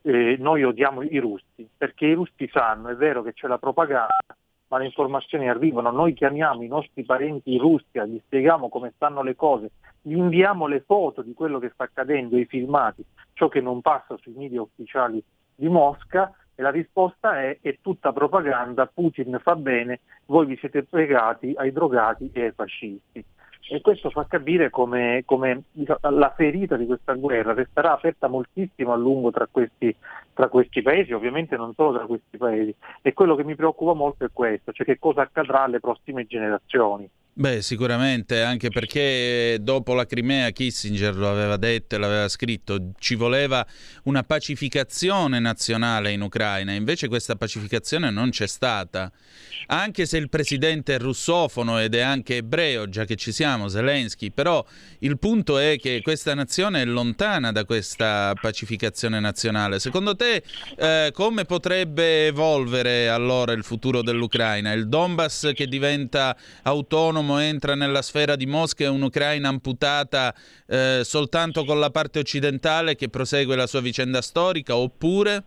noi odiamo i russi, perché i russi sanno, è vero che c'è la propaganda, ma le informazioni arrivano, noi chiamiamo i nostri parenti in Russia, gli spieghiamo come stanno le cose, gli inviamo le foto di quello che sta accadendo, i filmati, ciò che non passa sui media ufficiali di Mosca, e la risposta è tutta propaganda, Putin fa bene, voi vi siete pregati ai drogati e ai fascisti. E questo fa capire come la ferita di questa guerra resterà aperta moltissimo a lungo tra questi paesi, ovviamente non solo tra questi paesi. E quello che mi preoccupa molto è questo, cioè che cosa accadrà alle prossime generazioni. Beh, sicuramente, anche perché dopo la Crimea Kissinger lo aveva detto e l'aveva scritto, ci voleva una pacificazione nazionale in Ucraina, invece questa pacificazione non c'è stata. Anche se il presidente è russofono ed è anche ebreo, già che ci siamo, Zelensky, però il punto è che questa nazione è lontana da questa pacificazione nazionale. Secondo te come potrebbe evolvere allora il futuro dell'Ucraina? Il Donbass che diventa autonomo, entra nella sfera di Mosca, e un'Ucraina amputata soltanto con la parte occidentale che prosegue la sua vicenda storica, oppure?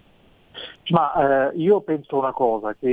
Ma io penso una cosa, che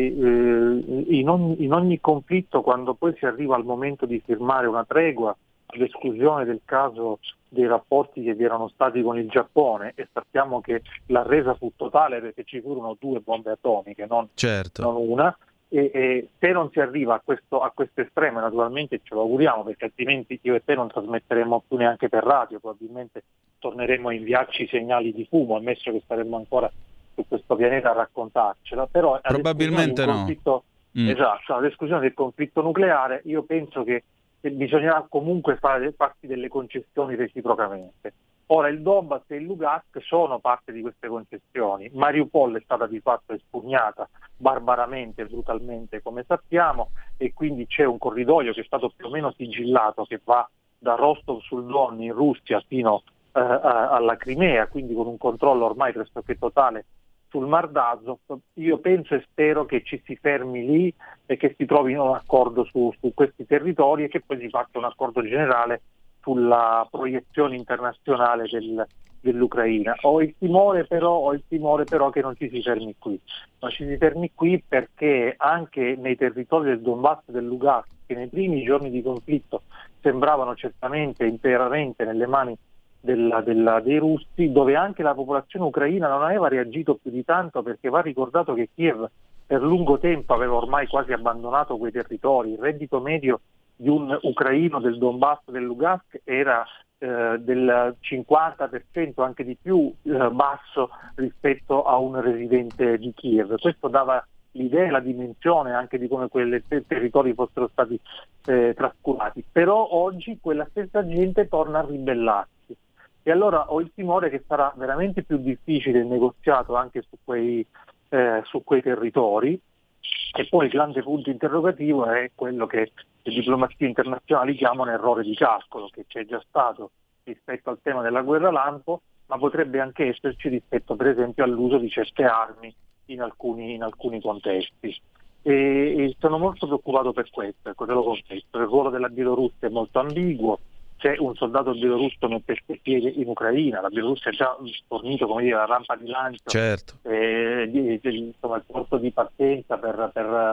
in ogni conflitto, quando poi si arriva al momento di firmare una tregua, all'esclusione del caso dei rapporti che vi erano stati con il Giappone, e sappiamo che la resa fu totale perché ci furono 2 bombe atomiche, non una, e se non si arriva a questo estremo, naturalmente ce lo auguriamo, perché altrimenti io e te non trasmetteremo più neanche per radio, probabilmente torneremo a inviarci i segnali di fumo, ammesso che staremmo ancora su questo pianeta a raccontarcela, però probabilmente no. Esatto, all'esclusione del conflitto nucleare io penso che bisognerà comunque farsi delle concessioni reciprocamente. Ora il Donbass e il Lugansk sono parte di queste concessioni. Mariupol è stata di fatto espugnata barbaramente e brutalmente, come sappiamo, e quindi c'è un corridoio che è stato più o meno sigillato, che va da Rostov sul Don in Russia fino alla Crimea, quindi con un controllo ormai pressoché totale sul Mar d'Azov. Io penso e spero che ci si fermi lì e che si trovi un accordo su questi territori, e che poi si faccia un accordo generale sulla proiezione internazionale dell'Ucraina. Ho il timore però che non ci si fermi qui. Non ci si fermi qui perché anche nei territori del Donbass e del Lugansk, che nei primi giorni di conflitto sembravano certamente interamente nelle mani dei russi, dove anche la popolazione ucraina non aveva reagito più di tanto, perché va ricordato che Kiev per lungo tempo aveva ormai quasi abbandonato quei territori. Il reddito medio di un ucraino del Donbass e del Lugansk era del 50%, anche di più, basso rispetto a un residente di Kiev. Questo dava l'idea e la dimensione anche di come quei territori fossero stati trascurati. Però oggi quella stessa gente torna a ribellarsi. E allora ho il timore che sarà veramente più difficile il negoziato anche su quei territori. E poi il grande punto interrogativo è quello che le diplomazie internazionali chiamano errore di calcolo, che c'è già stato rispetto al tema della guerra lampo, ma potrebbe anche esserci rispetto per esempio all'uso di certe armi in alcuni contesti. E sono molto preoccupato per questo, ecco, te lo confesso. Il ruolo della Bielorussia è molto ambiguo. Se un soldato bielorusso mettesse piede in Ucraina, la Bielorussia ha già fornito, come dire, la rampa di lancio, certo. Insomma, il porto di partenza per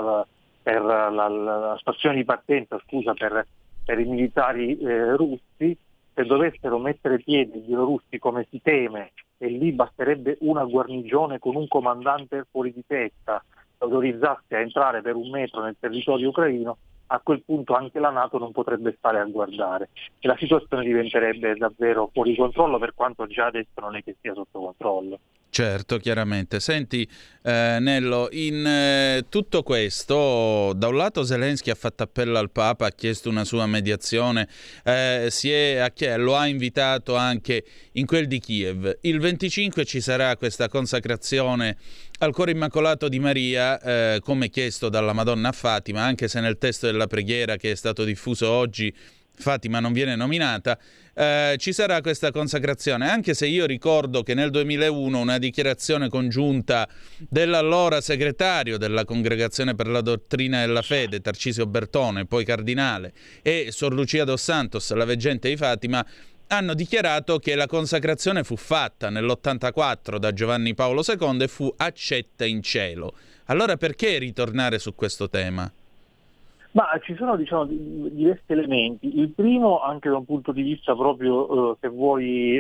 la stazione di partenza, per i militari russi. Se dovessero mettere piede i bielorussi come si teme, e lì basterebbe una guarnigione con un comandante fuori di testa che autorizzasse a entrare per un metro nel territorio ucraino, a quel punto anche la NATO non potrebbe stare a guardare e la situazione diventerebbe davvero fuori controllo, per quanto già adesso non è che sia sotto controllo. Certo, chiaramente. Senti, Nello, in tutto questo, da un lato Zelensky ha fatto appello al Papa, ha chiesto una sua mediazione, lo ha invitato anche in quel di Kiev. Il 25 ci sarà questa consacrazione al Cuore Immacolato di Maria, come chiesto dalla Madonna a Fatima, anche se nel testo della preghiera che è stato diffuso oggi Fatima non viene nominata. Ci sarà questa consacrazione, anche se io ricordo che nel 2001 una dichiarazione congiunta dell'allora segretario della Congregazione per la Dottrina della Fede, Tarcisio Bertone, poi cardinale, e Sor Lucia dos Santos, la veggente di Fatima, hanno dichiarato che la consacrazione fu fatta nell'84 da Giovanni Paolo II e fu accetta in cielo. Allora perché ritornare su questo tema? Ma ci sono diversi elementi. Il primo, anche da un punto di vista proprio, se vuoi,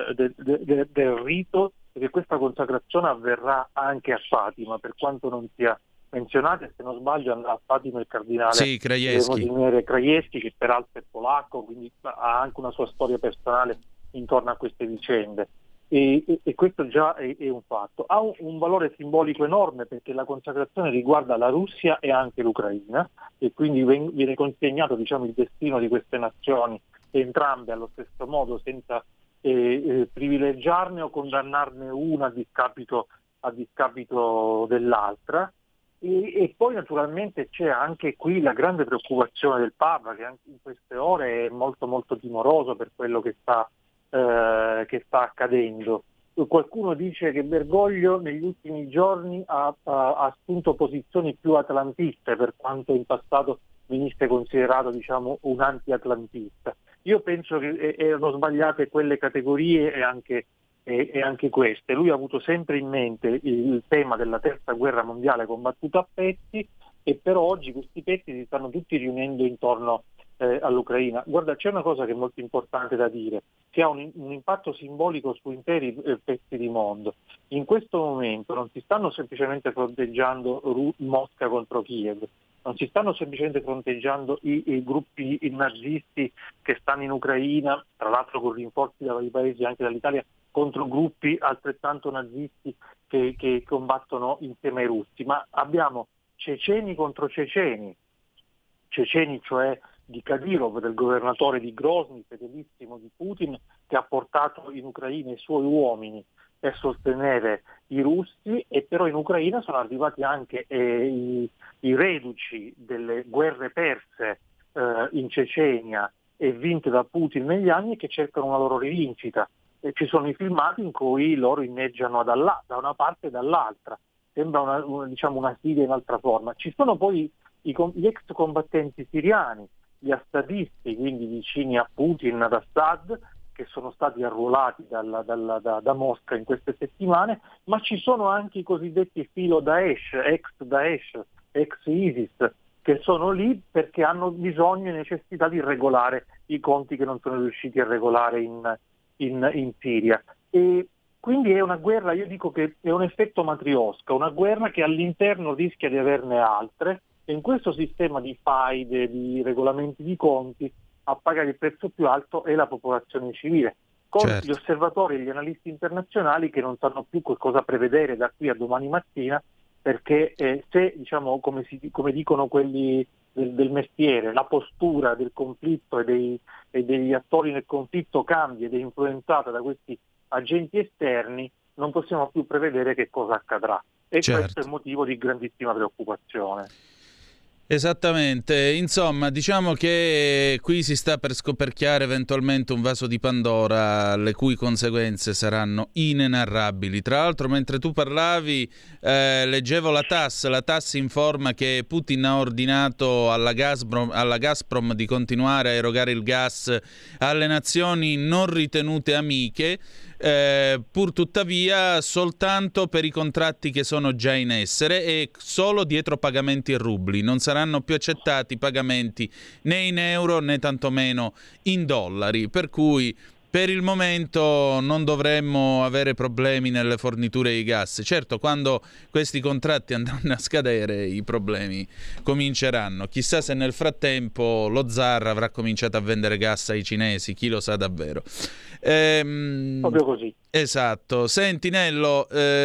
del rito, è che questa consacrazione avverrà anche a Fatima, per quanto non sia menzionata, e se non sbaglio andrà a Fatima il cardinale Krajewski, che peraltro è polacco, quindi ha anche una sua storia personale intorno a queste vicende. E questo già è un fatto. Ha un valore simbolico enorme, perché la consacrazione riguarda la Russia e anche l'Ucraina, e quindi viene consegnato il destino di queste nazioni, entrambe allo stesso modo, senza privilegiarne o condannarne una a discapito dell'altra. E poi naturalmente c'è anche qui la grande preoccupazione del Papa, che anche in queste ore è molto molto timoroso per quello che sta accadendo. Qualcuno dice che Bergoglio negli ultimi giorni ha assunto posizioni più atlantiste, per quanto in passato venisse considerato un anti-atlantista. Io penso che erano sbagliate quelle categorie e anche queste. Lui ha avuto sempre in mente il tema della terza guerra mondiale combattuta a pezzi, e però oggi questi pezzi si stanno tutti riunendo intorno all'Ucraina. Guarda, c'è una cosa che è molto importante da dire, che ha un impatto simbolico su interi pezzi di mondo. In questo momento non si stanno semplicemente fronteggiando Mosca contro Kiev, non si stanno semplicemente fronteggiando i gruppi nazisti che stanno in Ucraina, tra l'altro con rinforzi da vari paesi, anche dall'Italia, contro gruppi altrettanto nazisti che combattono insieme ai russi, ma abbiamo ceceni contro ceceni cioè di Kadyrov, del governatore di Grozny, fedelissimo di Putin, che ha portato in Ucraina i suoi uomini per sostenere i russi, e però in Ucraina sono arrivati anche i reduci delle guerre perse in Cecenia e vinte da Putin negli anni, che cercano una loro rivincita. E ci sono i filmati in cui loro inneggiano da una parte e dall'altra. Sembra una Siria in altra forma. Ci sono poi gli ex combattenti siriani, gli assadisti, quindi vicini a Putin, ad Assad, che sono stati arruolati da Mosca in queste settimane, ma ci sono anche i cosiddetti filo Daesh, ex ISIS, che sono lì perché hanno bisogno e necessità di regolare i conti che non sono riusciti a regolare in Siria. E quindi è una guerra, io dico che è un effetto matriosca, una guerra che all'interno rischia di averne altre, e in questo sistema di faide, di regolamenti di conti, a pagare il prezzo più alto è la popolazione civile, con gli osservatori e gli analisti internazionali che non sanno più cosa prevedere da qui a domani mattina, perché se, come dicono quelli del mestiere, la postura del conflitto e degli attori nel conflitto cambia ed è influenzata da questi agenti esterni, non possiamo più prevedere che cosa accadrà. E questo è il motivo di grandissima preoccupazione. Esattamente, insomma, diciamo che qui si sta per scoperchiare eventualmente un vaso di Pandora, le cui conseguenze saranno inenarrabili. Tra l'altro, mentre tu parlavi, leggevo la TASS informa che Putin ha ordinato alla Gazprom di continuare a erogare il gas alle nazioni non ritenute amiche, pur tuttavia soltanto per i contratti che sono già in essere e solo dietro pagamenti in rubli. Non saranno più accettati pagamenti né in euro né tantomeno in dollari, per cui per il momento non dovremmo avere problemi nelle forniture di gas. Certo, quando questi contratti andranno a scadere i problemi cominceranno. Chissà se nel frattempo lo zar avrà cominciato a vendere gas ai cinesi, chi lo sa davvero. Proprio così. Esatto. Senti Nello,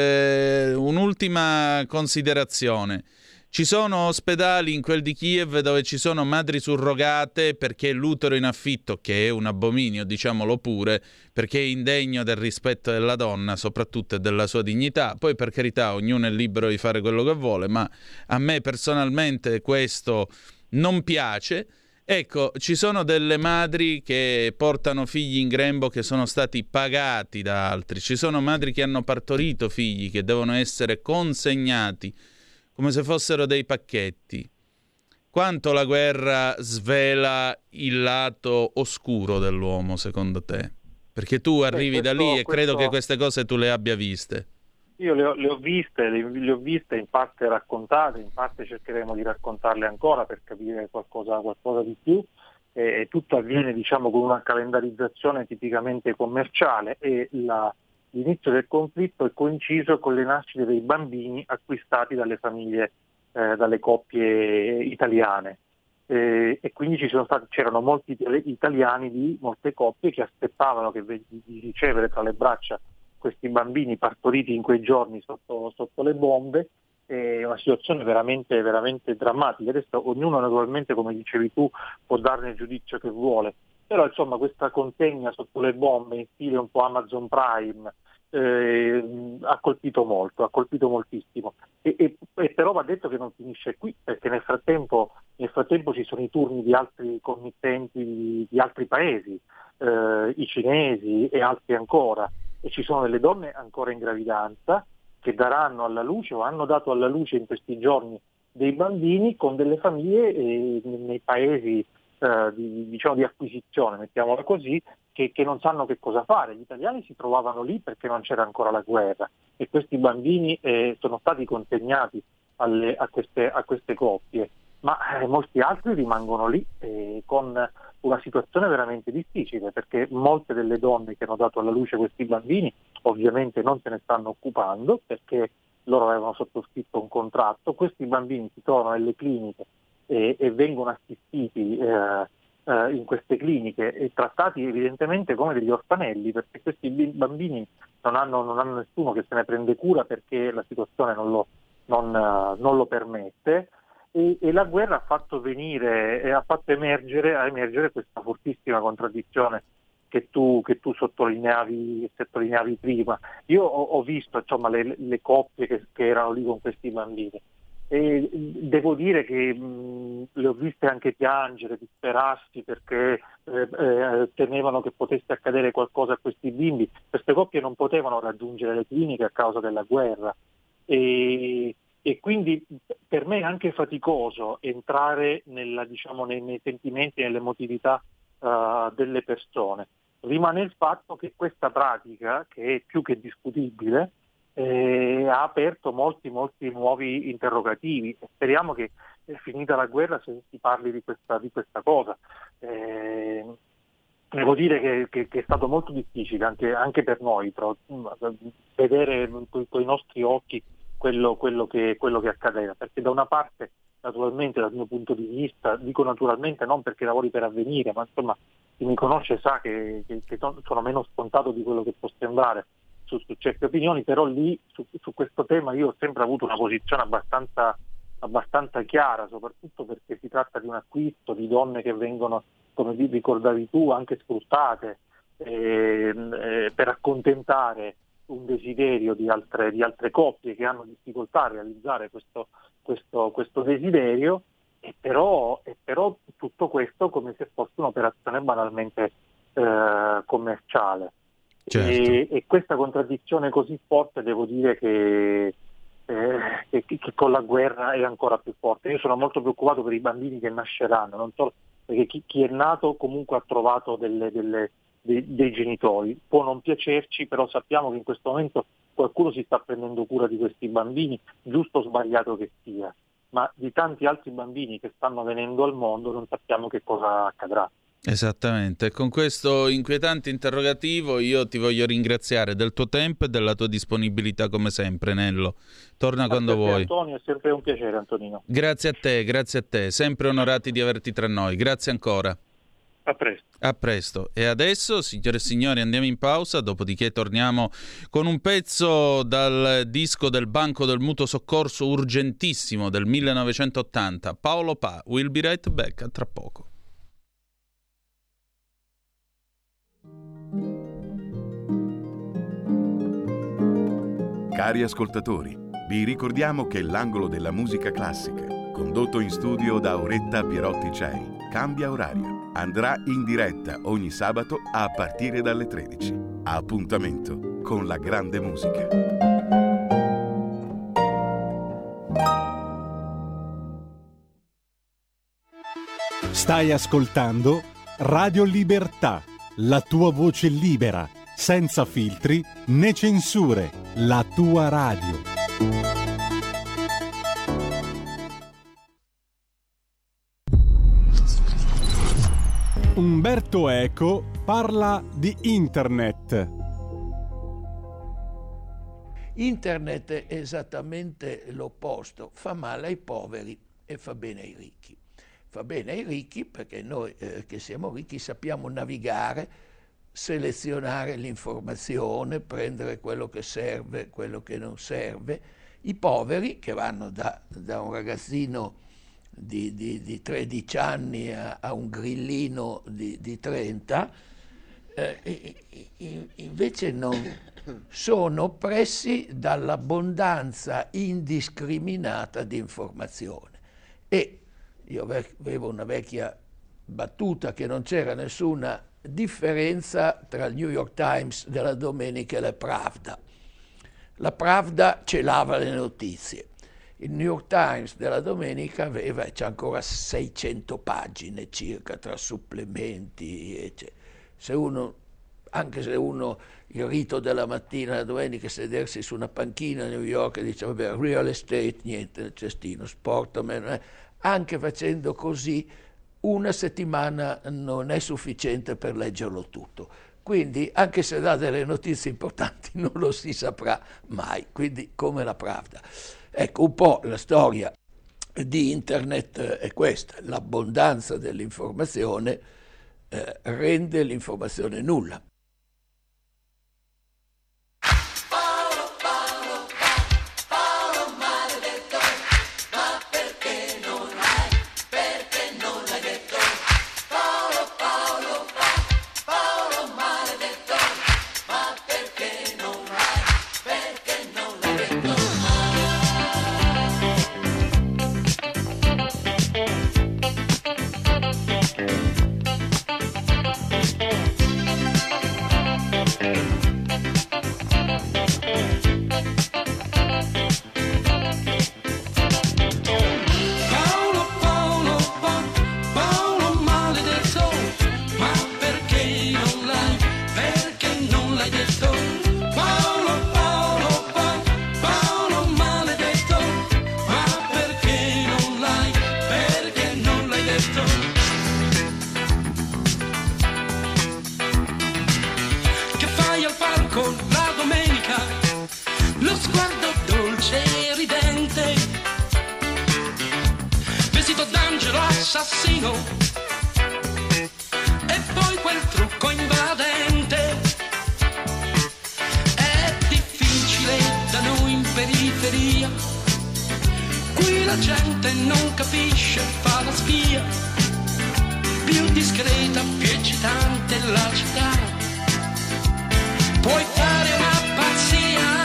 un'ultima considerazione. Ci sono ospedali in quel di Kiev dove ci sono madri surrogate perché l'utero in affitto, che è un abominio, diciamolo pure, perché è indegno del rispetto della donna, soprattutto e della sua dignità. Poi, per carità, ognuno è libero di fare quello che vuole, ma a me personalmente questo non piace. Ecco, ci sono delle madri che portano figli in grembo che sono stati pagati da altri. Ci sono madri che hanno partorito figli che devono essere consegnati come se fossero dei pacchetti. quanto la guerra svela il lato oscuro dell'uomo, secondo te? Perché tu arrivi da lì e credo che queste cose tu le abbia viste. Io le ho viste, in parte raccontate, in parte cercheremo di raccontarle ancora per capire qualcosa di più. Tutto avviene, diciamo, con una calendarizzazione tipicamente commerciale e l'inizio del conflitto è coinciso con le nascite dei bambini acquistati dalle famiglie, dalle coppie italiane. E quindi c'erano molti italiani di molte coppie che aspettavano di ricevere tra le braccia questi bambini partoriti in quei giorni sotto le bombe. È una situazione veramente, veramente drammatica. Adesso ognuno naturalmente, come dicevi tu, può darne il giudizio che vuole, però insomma questa consegna sotto le bombe in stile un po' Amazon Prime ha colpito moltissimo e però va detto che non finisce qui, perché nel frattempo ci sono i turni di altri committenti di altri paesi, i cinesi e altri ancora, e ci sono delle donne ancora in gravidanza che daranno alla luce o hanno dato alla luce in questi giorni dei bambini con delle famiglie nei paesi di acquisizione, mettiamola così, che non sanno che cosa fare. Gli italiani si trovavano lì perché non c'era ancora la guerra e questi bambini sono stati consegnati a queste coppie, ma molti altri rimangono lì con una situazione veramente difficile, perché molte delle donne che hanno dato alla luce questi bambini ovviamente non se ne stanno occupando perché loro avevano sottoscritto un contratto. Questi bambini si trovano nelle cliniche e vengono assistiti in queste cliniche e trattati evidentemente come degli orfanelli, perché questi bambini non hanno nessuno che se ne prende cura perché la situazione non lo permette. E la guerra ha fatto emergere questa fortissima contraddizione che tu sottolineavi prima. Io ho visto, insomma, le coppie che erano lì con questi bambini e devo dire che le ho viste anche piangere, disperarsi perché temevano che potesse accadere qualcosa a questi bimbi. Queste coppie non potevano raggiungere le cliniche a causa della guerra e quindi per me è anche faticoso entrare nei sentimenti e nell'emotività delle persone. Rimane il fatto che questa pratica, che è più che discutibile, ha aperto molti nuovi interrogativi. Speriamo che finita la guerra si parli di questa cosa. Devo dire che è stato molto difficile anche per noi vedere con i nostri occhi quello che accadeva, perché da una parte naturalmente dal mio punto di vista, dico naturalmente non perché lavori per Avvenire, ma insomma chi mi conosce sa che sono meno scontato di quello che può sembrare su certe opinioni, però lì su questo tema io ho sempre avuto una posizione abbastanza chiara, soprattutto perché si tratta di un acquisto di donne che vengono, come ricordavi tu, anche sfruttate per accontentare un desiderio di altre coppie che hanno difficoltà a realizzare questo desiderio, e però tutto questo come se fosse un'operazione banalmente commerciale. Certo. E questa contraddizione così forte, devo dire che con la guerra è ancora più forte. Io sono molto preoccupato per i bambini che nasceranno, non solo perché chi è nato comunque ha trovato dei genitori. Può non piacerci, però sappiamo che in questo momento qualcuno si sta prendendo cura di questi bambini, giusto o sbagliato che sia, ma di tanti altri bambini che stanno venendo al mondo non sappiamo che cosa accadrà. Esattamente, con questo inquietante interrogativo io ti voglio ringraziare del tuo tempo e della tua disponibilità come sempre, Nello. Torna quando vuoi. Antonio, è sempre un piacere, Antonino. Grazie a te, sempre onorati di averti tra noi, grazie ancora. A presto. A presto. E adesso, signore e signori, andiamo in pausa, dopodiché torniamo con un pezzo dal disco del Banco del Mutuo Soccorso urgentissimo del 1980, Paolo Pa, We'll be right back, a tra poco. Cari ascoltatori, vi ricordiamo che l'angolo della musica classica, condotto in studio da Auretta Pierotti Cei, cambia orario. Andrà in diretta ogni sabato a partire dalle 13. Appuntamento con la grande musica. Stai ascoltando Radio Libertà, la tua voce libera, senza filtri né censure, la tua radio. Umberto Eco parla di Internet. Internet è esattamente l'opposto, fa male ai poveri e fa bene ai ricchi. Fa bene ai ricchi perché noi che siamo ricchi sappiamo navigare, selezionare l'informazione, prendere quello che serve, quello che non serve. I poveri, che vanno da un ragazzino di 13 anni a un grillino di 30, invece non sono oppressi dall'abbondanza indiscriminata di informazione. E io avevo una vecchia battuta che non c'era nessuna differenza tra il New York Times della domenica e la Pravda. La Pravda celava le notizie. Il New York Times della domenica c'è ancora 600 pagine circa tra supplementi, eccetera. Anche se uno il rito della mattina, la domenica, sedersi su una panchina a New York e dice vabbè, real estate, niente nel cestino, sport, anche facendo così una settimana non è sufficiente per leggerlo tutto. Quindi anche se dà delle notizie importanti non lo si saprà mai, quindi come la Pravda. Ecco, un po' la storia di Internet è questa: l'abbondanza dell'informazione rende l'informazione nulla. Assassino e poi quel trucco invadente. È difficile da noi in periferia, qui la gente non capisce, fa la spia. Più discreta, più eccitante la città, puoi fare una pazzia.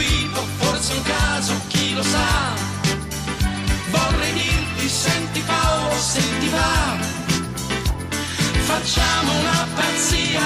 Forse un caso, chi lo sa, vorrei dirti senti paura. facciamo una pazzia.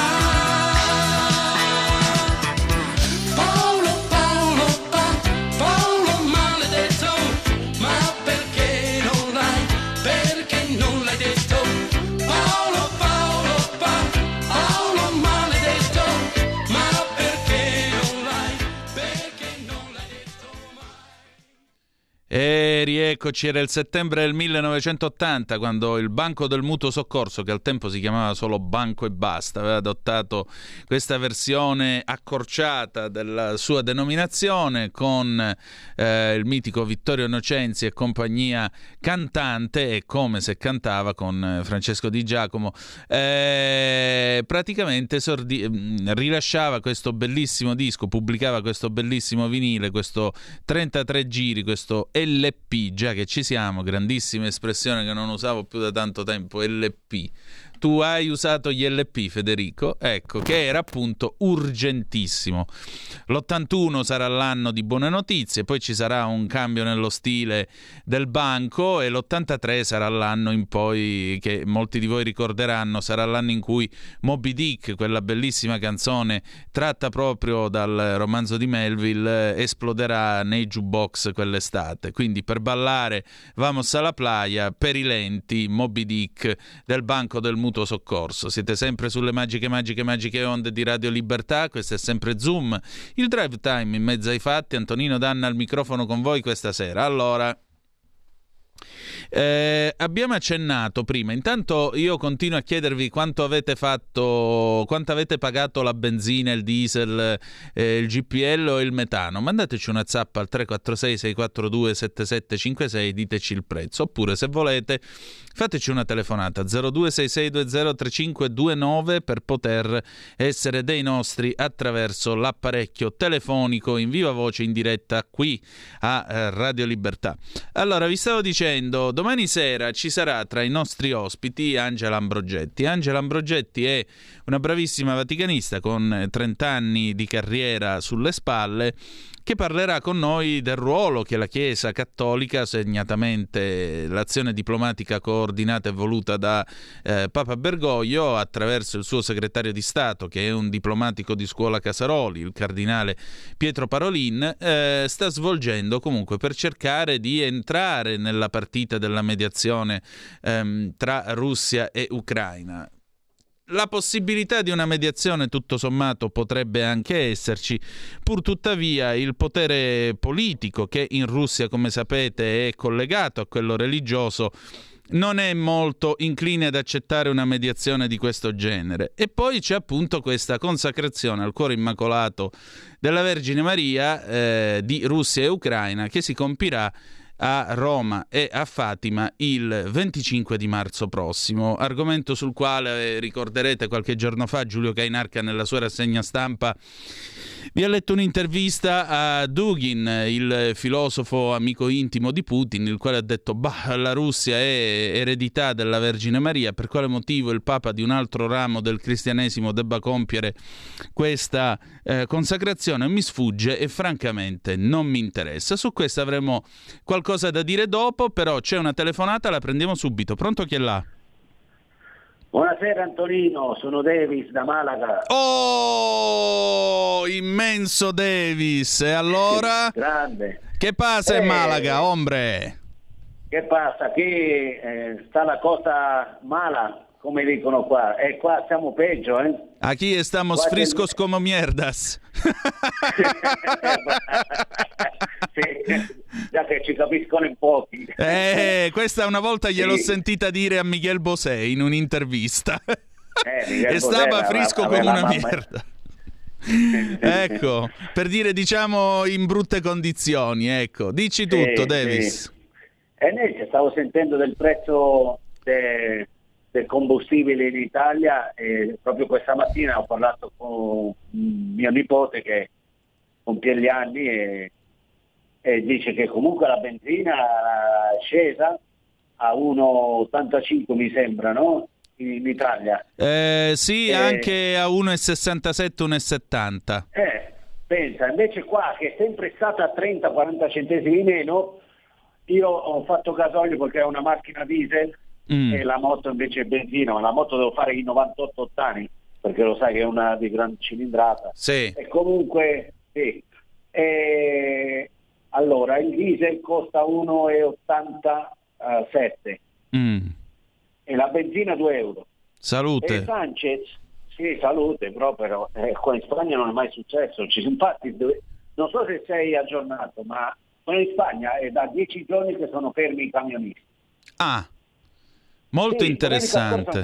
Paolo, Paolo, Paolo maledetto, ma perché non l'hai detto? Paolo, Paolo, Paolo maledetto, ma perché non l'hai detto mai? E rieccoci, era il settembre del 1980 quando il Banco del Mutuo Soccorso, che al tempo si chiamava solo Banco e Basta, aveva adottato questa versione accorciata della sua denominazione con il mitico Vittorio Innocenzi e compagnia cantante, e come se cantava con Francesco Di Giacomo, praticamente rilasciava questo bellissimo disco, pubblicava questo bellissimo vinile, questo 33 giri, questo LP, già che ci siamo, grandissima espressione che non usavo più da tanto tempo, LP. Tu hai usato gli LP, Federico? Ecco, che era appunto urgentissimo. L'81 sarà l'anno di Buone Notizie, poi ci sarà un cambio nello stile del banco, e l'83 sarà l'anno in poi, che molti di voi ricorderanno, sarà l'anno in cui Moby Dick, quella bellissima canzone tratta proprio dal romanzo di Melville, esploderà nei jukebox quell'estate. Quindi per ballare Vamos alla playa, per i lenti Moby Dick del Banco del Mutuo Soccorso. Siete sempre sulle magiche onde di Radio Libertà, questo è sempre Zoom, il drive time in mezzo ai fatti. Antonino Danna al microfono con voi questa sera. Allora, abbiamo accennato prima, intanto io continuo a chiedervi quanto avete pagato la benzina, il diesel, il GPL o il metano. Mandateci una zappa al 346 642 7756, diteci il prezzo, oppure se volete fateci una telefonata 0266203529 per poter essere dei nostri attraverso l'apparecchio telefonico in viva voce in diretta qui a Radio Libertà. Allora, vi stavo dicendo, domani sera ci sarà tra i nostri ospiti Angela Ambrogetti. Angela Ambrogetti è una bravissima vaticanista con 30 anni di carriera sulle spalle, che parlerà con noi del ruolo che la Chiesa Cattolica, segnatamente l'azione diplomatica coordinata e voluta da Papa Bergoglio attraverso il suo segretario di Stato, che è un diplomatico di scuola Casaroli, il cardinale Pietro Parolin, sta svolgendo comunque per cercare di entrare nella partita della mediazione tra Russia e Ucraina. La possibilità di una mediazione tutto sommato potrebbe anche esserci, pur tuttavia il potere politico, che in Russia, come sapete, è collegato a quello religioso, non è molto incline ad accettare una mediazione di questo genere. E poi c'è appunto questa consacrazione al cuore immacolato della Vergine Maria di Russia e Ucraina, che si compirà a Roma e a Fatima il 25 di marzo prossimo, argomento sul quale ricorderete qualche giorno fa Giulio Cainarca nella sua rassegna stampa vi ha letto un'intervista a Dugin, il filosofo amico intimo di Putin, il quale ha detto la Russia è eredità della Vergine Maria, per quale motivo il Papa di un altro ramo del cristianesimo debba compiere questa consacrazione mi sfugge e francamente non mi interessa. Su questo avremo qualcosa da dire dopo, però c'è una telefonata, la prendiamo subito. Pronto, chi è là? Buonasera Antonino, sono Davis da Malaga. Oh, immenso Davis, e allora? Grande. Che pasa in Malaga, hombre? Che passa? Che sta la cosa mala, come dicono qua, e qua siamo peggio, Aquí estamos qua friscos como mierdas. Sì, già che ci capiscono in pochi. Questa una volta gliel'ho sentita dire a Miguel Bosé in un'intervista. E stava frisco come una merda. Ecco, per dire, diciamo, in brutte condizioni, ecco. Dici tutto, Davis. Niente, stavo sentendo del prezzo del combustibile in Italia e proprio questa mattina ho parlato con mio nipote che compie gli anni e dice che comunque la benzina è scesa a 1,85 mi sembra, no? In Italia. Sì, anche a 1,67, 1,70. Pensa, invece qua che è sempre stata a 30-40 centesimi meno, io ho fatto gasolio perché è una macchina diesel e la moto invece è benzina, ma la moto devo fare i 98 ottani, perché lo sai che è una di gran cilindrata. Sì. E comunque, sì. Allora, il diesel costa 1,87 e la benzina 2 euro. Salute. E Sanchez, sì, salute, però qua in Spagna non è mai successo. Infatti, non so se sei aggiornato, ma in Spagna è da 10 giorni che sono fermi i camionisti. Molto interessante.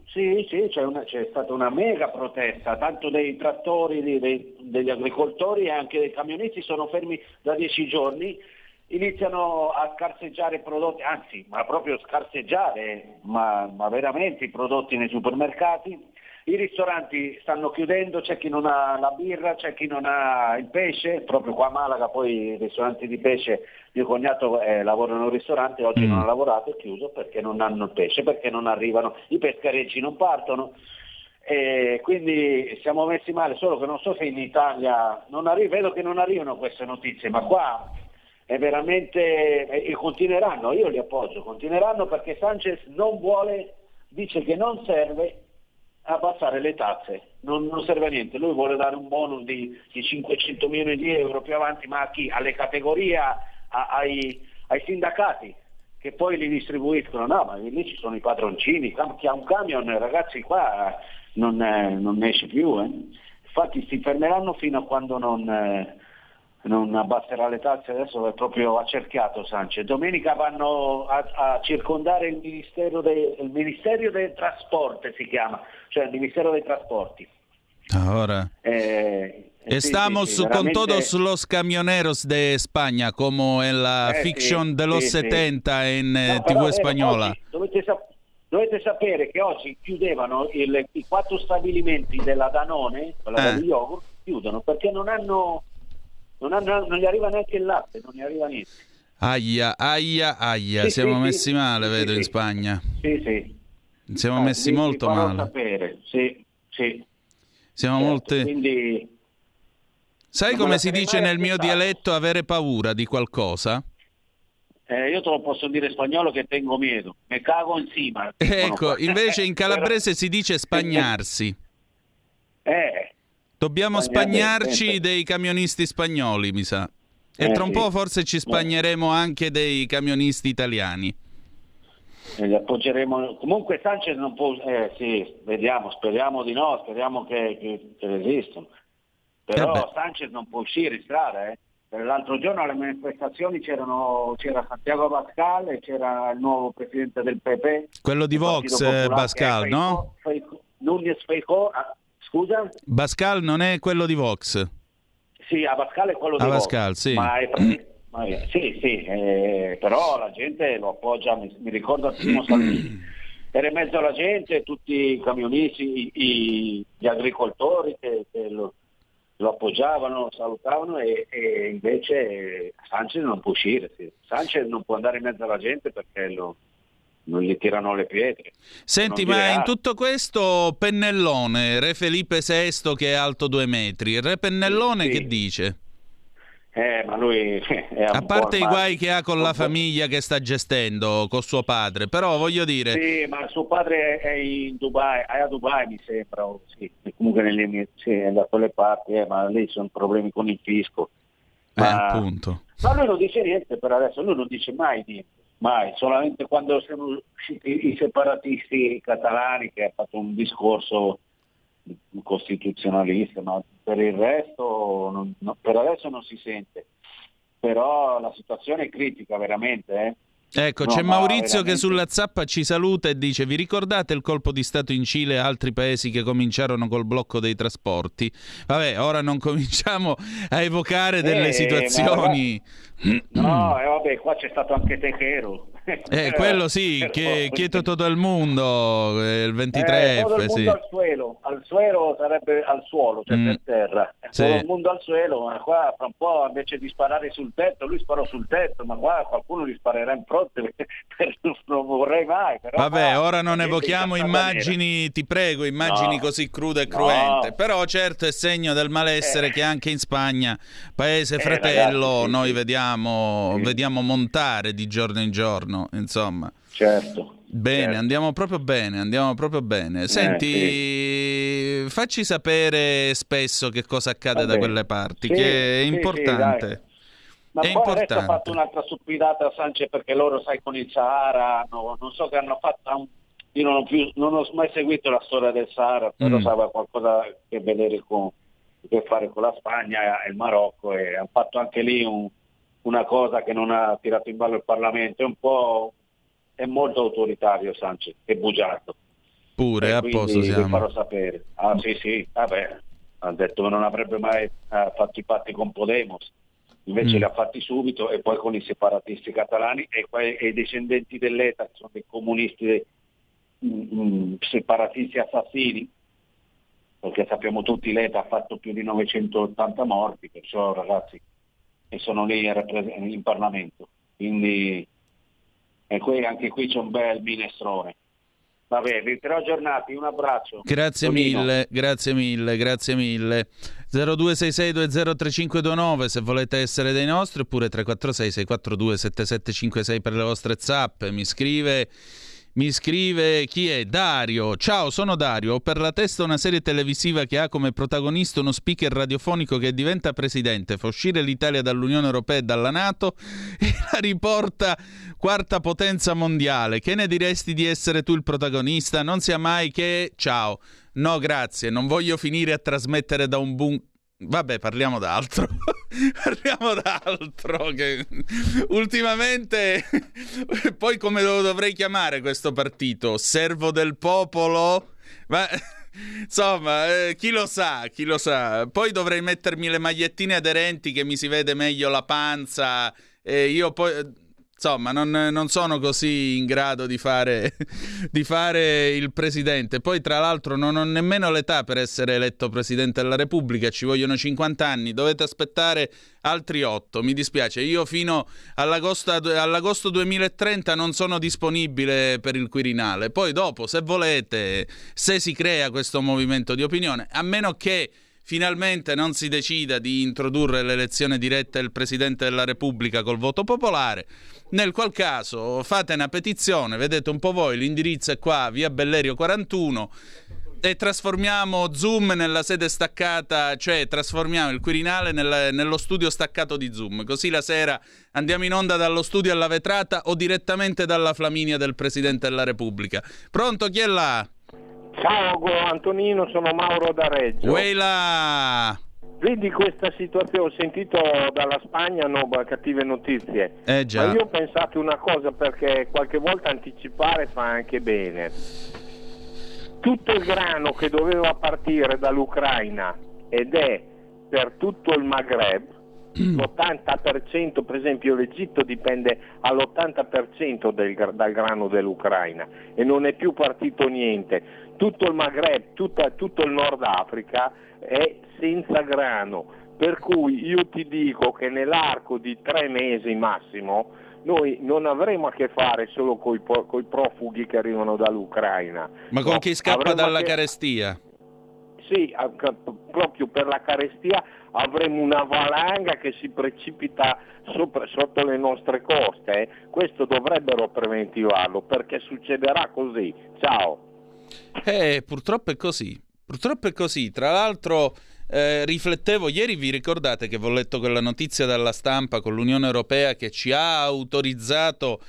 C'è stata una mega protesta, tanto dei trattori, degli agricoltori e anche dei camionisti sono fermi da 10 giorni, iniziano a scarseggiare prodotti, anzi, ma proprio scarseggiare, ma veramente i prodotti nei supermercati. I ristoranti stanno chiudendo, c'è chi non ha la birra, c'è chi non ha il pesce, proprio qua a Malaga poi i ristoranti di pesce, mio cognato lavora in un ristorante, oggi non ha lavorato, è chiuso perché non hanno il pesce, perché non arrivano, i pescherecci non partono, e quindi siamo messi male, solo che non so se in Italia vedo che non arrivano queste notizie, ma qua è veramente, e continueranno, io li appoggio, continueranno perché Sanchez non vuole, dice che non serve abbassare le tasse, non serve a niente, lui vuole dare un bonus di 500 milioni di euro più avanti, ma a chi? Alle categorie, ai sindacati che poi li distribuiscono, no, ma lì ci sono i padroncini, chi ha un camion, ragazzi, qua non esce più, infatti si fermeranno fino a quando non abbasserà le tasse. Adesso è proprio accerchiato Sanchez. Domenica vanno a circondare il Ministero dei Trasporti, si chiama, cioè il Ministero dei Trasporti. Ahora. Estamos con todos los camioneros de España, como en la fiction de los 70 en TV spagnola. Dovete sapere che oggi chiudevano i 4 stabilimenti della Danone, quella dello yogurt, chiudono perché non gli arriva neanche il latte, non gli arriva niente. Aia, siamo messi male, vedo, in Spagna. Sì. Siamo messi molto male. Sapere. Sì. Siamo molte... Quindi... Sai come si dice nel mio dialetto avere paura di qualcosa? Io te lo posso dire in spagnolo che tengo miedo. Me cago encima. Ecco, invece in calabrese si dice spagnarsi. Dobbiamo spagnarci dei camionisti spagnoli, mi sa. E tra un po' forse ci spagneremo anche dei camionisti italiani. Li appoggeremo. Comunque Sanchez non può... vediamo, speriamo di no, speriamo che resistono. Però Sanchez non può uscire in strada, L'altro giorno alle manifestazioni c'era Santiago Abascal e c'era il nuovo presidente del PP. Quello di Vox, Abascal, no? Núñez Feijóo, scusa? Abascal non è quello di Vox? Sì, Abascal è quello di Abascal, Vox. sì. Però la gente lo appoggia, mi ricordo Timo Salvini. Era in mezzo alla gente, tutti i camionisti, gli agricoltori che lo appoggiavano, salutavano e invece Sanchez non può uscire. Sì. Sanchez non può andare in mezzo alla gente perché non gli tirano le pietre. Senti, ma in tutto questo Pennellone, Re Felipe VI che è alto 2 metri, il Re Pennellone che dice? Ma lui è a parte i guai che ha con la famiglia che sta gestendo, con suo padre, però voglio dire... Sì, ma suo padre è in Dubai, è a Dubai mi sembra, sì, comunque è da quelle parti, ma lì sono problemi con il fisco. Appunto. Ma lui non dice niente per adesso, lui non dice mai niente, mai, solamente quando sono usciti i separatisti catalani che ha fatto un discorso costituzionalista, ma per il resto per adesso non si sente, però la situazione è critica veramente. Ecco, c'è Maurizio che sulla zappa ci saluta e dice: vi ricordate il colpo di stato in Cile e altri paesi che cominciarono col blocco dei trasporti? Vabbè, ora non cominciamo a evocare delle situazioni. Vabbè, qua c'è stato anche Tejero. Quello sì, che chieto tutto il mondo, il 23F, todo il mondo al suelo sarebbe al suolo, cioè per terra. Todo il mondo al suelo, ma qua fra un po' invece di sparare sul tetto, lui sparò sul tetto, ma qua qualcuno gli sparerà in fronte, non vorrei mai. Però vabbè, ora non evochiamo immagini, ti prego, immagini così crude e cruente, però certo è segno del malessere che anche in Spagna, paese fratello, ragazzi, noi vediamo montare di giorno in giorno. Insomma, certo. Bene, certo. andiamo proprio bene. Senti, facci sapere spesso che cosa accade da quelle parti, che è importante. Ma è poi importante. adesso ha fatto un'altra stupidata a Sanchez, perché loro, sai, con il Sahara, non so che hanno fatto, io non ho mai seguito la storia del Sahara, però aveva qualcosa a che vedere che fare con la Spagna e il Marocco, e hanno fatto anche lì una cosa che non ha tirato in ballo il Parlamento. È molto autoritario Sanchez, è bugiardo. Pure, a posto siamo. Vi farò sapere. Sì, vabbè, ha detto che non avrebbe mai fatto i patti con Podemos, invece li ha fatti subito, e poi con i separatisti catalani e i discendenti dell'ETA, che sono dei comunisti separatisti assassini, perché sappiamo tutti l'ETA ha fatto più di 980 morti, perciò ragazzi, e sono lì in Parlamento, quindi anche qui c'è un bel minestrone. Vabbè, vi terrò aggiornati, un abbraccio. Grazie mille. 0266203529 se volete essere dei nostri, oppure 346 642 7756 per le vostre zap. Mi scrive chi è? Dario. Ciao, sono Dario. Ho per la testa una serie televisiva che ha come protagonista uno speaker radiofonico che diventa presidente, fa uscire l'Italia dall'Unione Europea e dalla NATO e la riporta quarta potenza mondiale. Che ne diresti di essere tu il protagonista? Non sia mai che... Ciao. No, grazie. Non voglio finire a trasmettere da un Vabbè, parliamo d'altro. Che ultimamente poi come lo dovrei chiamare questo partito? Servo del popolo? Ma insomma, chi lo sa. Poi dovrei mettermi le magliettine aderenti che mi si vede meglio la panza, e io poi insomma non sono così in grado di fare il presidente. Poi tra l'altro non ho nemmeno l'età per essere eletto presidente della Repubblica, ci vogliono 50 anni, dovete aspettare altri 8, mi dispiace. Io fino all'agosto 2030 non sono disponibile per il Quirinale. Poi dopo, se volete, se si crea questo movimento di opinione, a meno che finalmente non si decida di introdurre l'elezione diretta del Presidente della Repubblica col voto popolare, nel qual caso fate una petizione, vedete un po' voi, l'indirizzo è qua, via Bellerio 41, e trasformiamo Zoom nella sede staccata, cioè trasformiamo il Quirinale nello studio staccato di Zoom, così la sera andiamo in onda dallo studio alla vetrata o direttamente dalla Flaminia del Presidente della Repubblica. Pronto, chi è là? Ciao Antonino, sono Mauro da Reggio. Weila! Vedi questa situazione, ho sentito dalla Spagna cattive notizie. Già. Ma io ho pensato una cosa, perché qualche volta anticipare fa anche bene. Tutto il grano che doveva partire dall'Ucraina ed è per tutto il Maghreb, l'80%, per esempio l'Egitto dipende all'80% dal grano dell'Ucraina e non è più partito niente. Tutto il Maghreb, tutto il Nord Africa è senza grano, per cui io ti dico che nell'arco di 3 mesi massimo noi non avremo a che fare solo coi profughi che arrivano dall'Ucraina. Ma con chi scappa dalla carestia? Sì, proprio per la carestia avremo una valanga che si precipita sotto le nostre coste. Questo dovrebbero preventivarlo, perché succederà così. Ciao. Purtroppo è così. Tra l'altro riflettevo ieri, vi ricordate che vi ho letto quella notizia dalla stampa con l'Unione Europea che ci ha autorizzato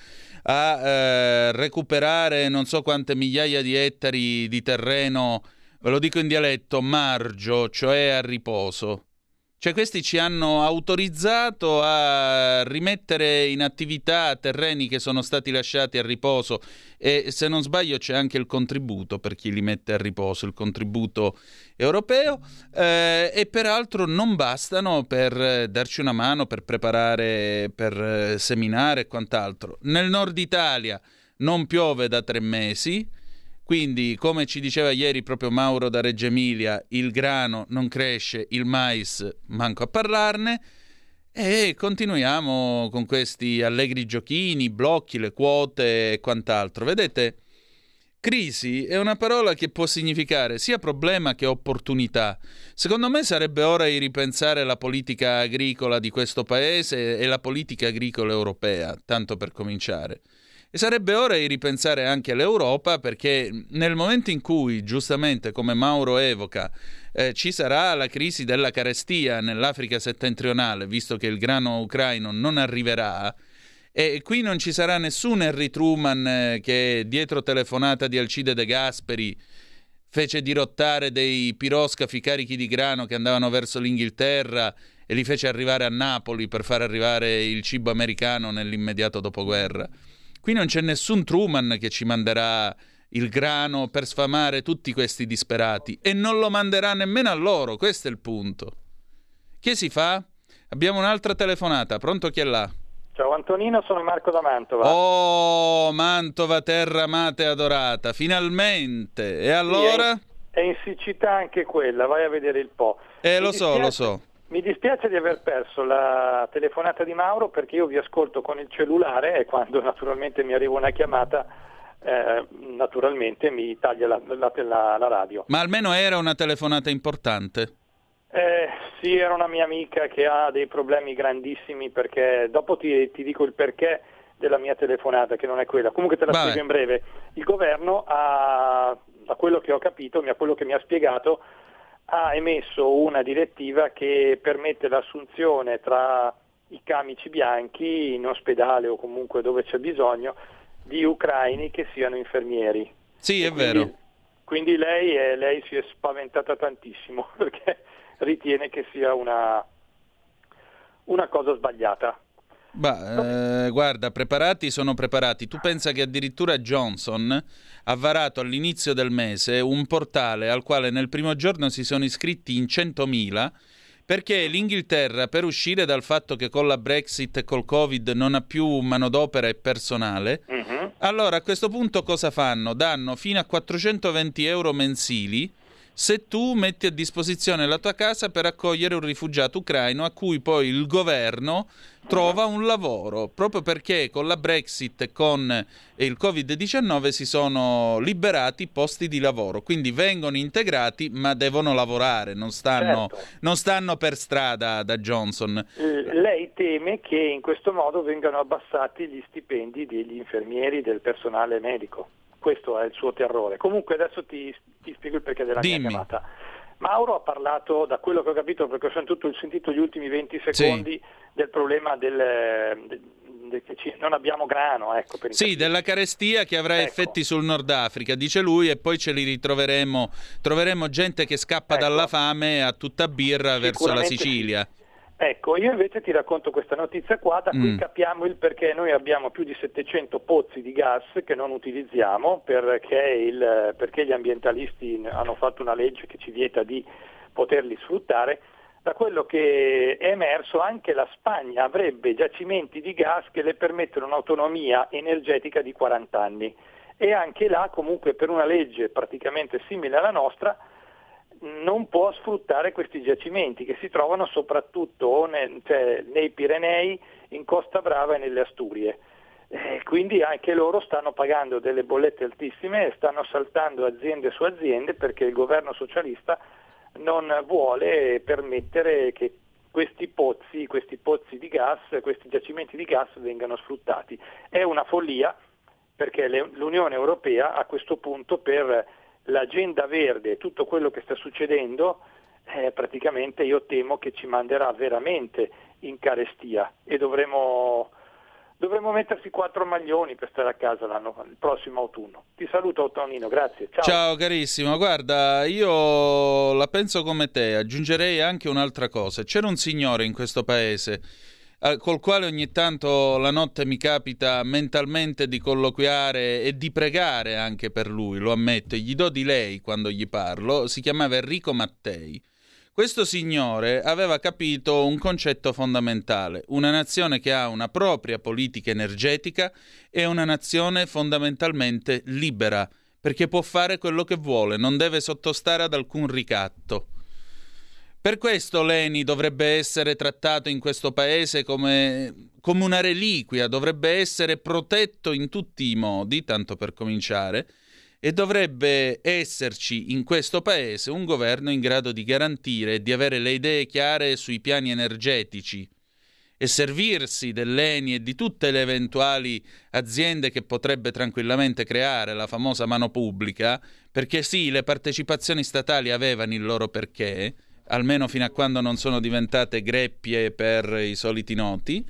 a recuperare non so quante migliaia di ettari di terreno, ve lo dico in dialetto, margio, cioè a riposo. Cioè questi ci hanno autorizzato a rimettere in attività terreni che sono stati lasciati a riposo, e se non sbaglio c'è anche il contributo per chi li mette a riposo, il contributo europeo, e peraltro non bastano per darci una mano, per preparare, per seminare e quant'altro. Nel nord Italia non piove da 3 mesi, quindi, come ci diceva ieri proprio Mauro da Reggio Emilia, il grano non cresce, il mais manco a parlarne, e continuiamo con questi allegri giochini, blocchi, le quote e quant'altro. Vedete, crisi è una parola che può significare sia problema che opportunità. Secondo me sarebbe ora di ripensare la politica agricola di questo paese e la politica agricola europea, tanto per cominciare. E sarebbe ora di ripensare anche all'Europa, perché nel momento in cui, giustamente, come Mauro evoca, ci sarà la crisi della carestia nell'Africa settentrionale, visto che il grano ucraino non arriverà, e qui non ci sarà nessun Harry Truman che dietro telefonata di Alcide De Gasperi fece dirottare dei piroscafi carichi di grano che andavano verso l'Inghilterra e li fece arrivare a Napoli per far arrivare il cibo americano nell'immediato dopoguerra. Qui non c'è nessun Truman che ci manderà il grano per sfamare tutti questi disperati, e non lo manderà nemmeno a loro, questo è il punto. Che si fa? Abbiamo un'altra telefonata, pronto, chi è là? Ciao Antonino, sono Marco da Mantova. Oh, Mantova, terra amata e adorata, finalmente! E allora? Sì, è in siccità anche quella, vai a vedere il Po. Lo so. Mi dispiace di aver perso la telefonata di Mauro, perché io vi ascolto con il cellulare e quando naturalmente mi arriva una chiamata, naturalmente mi taglia la radio. Ma almeno era una telefonata importante? Sì, era una mia amica che ha dei problemi grandissimi, perché dopo ti dico il perché della mia telefonata, che non è quella. Comunque te la spiego in breve. Il governo ha, da quello che ho capito, quello che mi ha spiegato, ha emesso una direttiva che permette l'assunzione tra i camici bianchi in ospedale o comunque dove c'è bisogno di ucraini che siano infermieri. Sì, è vero. Quindi lei si è spaventata tantissimo perché ritiene che sia una cosa sbagliata. Guarda, preparati sono preparati. Tu pensa che addirittura Johnson ha varato all'inizio del mese un portale al quale nel primo giorno si sono iscritti in 100.000, perché l'Inghilterra, per uscire dal fatto che con la Brexit e col Covid non ha più manodopera e personale, allora a questo punto cosa fanno? Danno fino a 420 euro mensili se tu metti a disposizione la tua casa per accogliere un rifugiato ucraino a cui poi il governo trova un lavoro, proprio perché con la Brexit e con il Covid-19 si sono liberati posti di lavoro, quindi vengono integrati ma devono lavorare, non stanno per strada da Johnson. Lei teme che in questo modo vengano abbassati gli stipendi degli infermieri, del personale medico. Questo è il suo terrore. Comunque adesso ti spiego il perché della mia chiamata. Mauro ha parlato, da quello che ho capito, perché ho sentito gli ultimi 20 secondi, del problema che non abbiamo grano. Ecco, della carestia che avrà effetti sul Nord Africa, dice lui, e poi ce li ritroveremo. Troveremo gente che scappa dalla fame a tutta birra verso la Sicilia. Sì. Ecco, io invece ti racconto questa notizia qua, da cui capiamo il perché noi abbiamo più di 700 pozzi di gas che non utilizziamo, perché gli ambientalisti hanno fatto una legge che ci vieta di poterli sfruttare. Da quello che è emerso, anche la Spagna avrebbe giacimenti di gas che le permettono un'autonomia energetica di 40 anni e anche là, comunque, per una legge praticamente simile alla nostra, non può sfruttare questi giacimenti che si trovano soprattutto nei Pirenei, in Costa Brava e nelle Asturie. Quindi anche loro stanno pagando delle bollette altissime e stanno saltando aziende su aziende perché il governo socialista non vuole permettere che questi pozzi di gas, questi giacimenti di gas vengano sfruttati. È una follia, perché l'Unione Europea a questo punto, per l'agenda verde e tutto quello che sta succedendo, praticamente io temo che ci manderà veramente in carestia e dovremo mettersi 4 maglioni per stare a casa il prossimo autunno. Ti saluto, Antonino, grazie. Ciao carissimo, guarda, io la penso come te, aggiungerei anche un'altra cosa. C'era un signore in questo paese col quale ogni tanto la notte mi capita mentalmente di colloquiare e di pregare anche per lui, lo ammetto, e gli do di lei quando gli parlo. Si chiamava Enrico Mattei. Questo signore aveva capito un concetto fondamentale: una nazione che ha una propria politica energetica è una nazione fondamentalmente libera, perché può fare quello che vuole, non deve sottostare ad alcun ricatto. Per questo l'ENI dovrebbe essere trattato in questo paese come una reliquia, dovrebbe essere protetto in tutti i modi, tanto per cominciare, e dovrebbe esserci in questo paese un governo in grado di garantire e di avere le idee chiare sui piani energetici e servirsi dell'ENI e di tutte le eventuali aziende che potrebbe tranquillamente creare la famosa mano pubblica, perché sì, le partecipazioni statali avevano il loro perché, almeno fino a quando non sono diventate greppie per i soliti noti.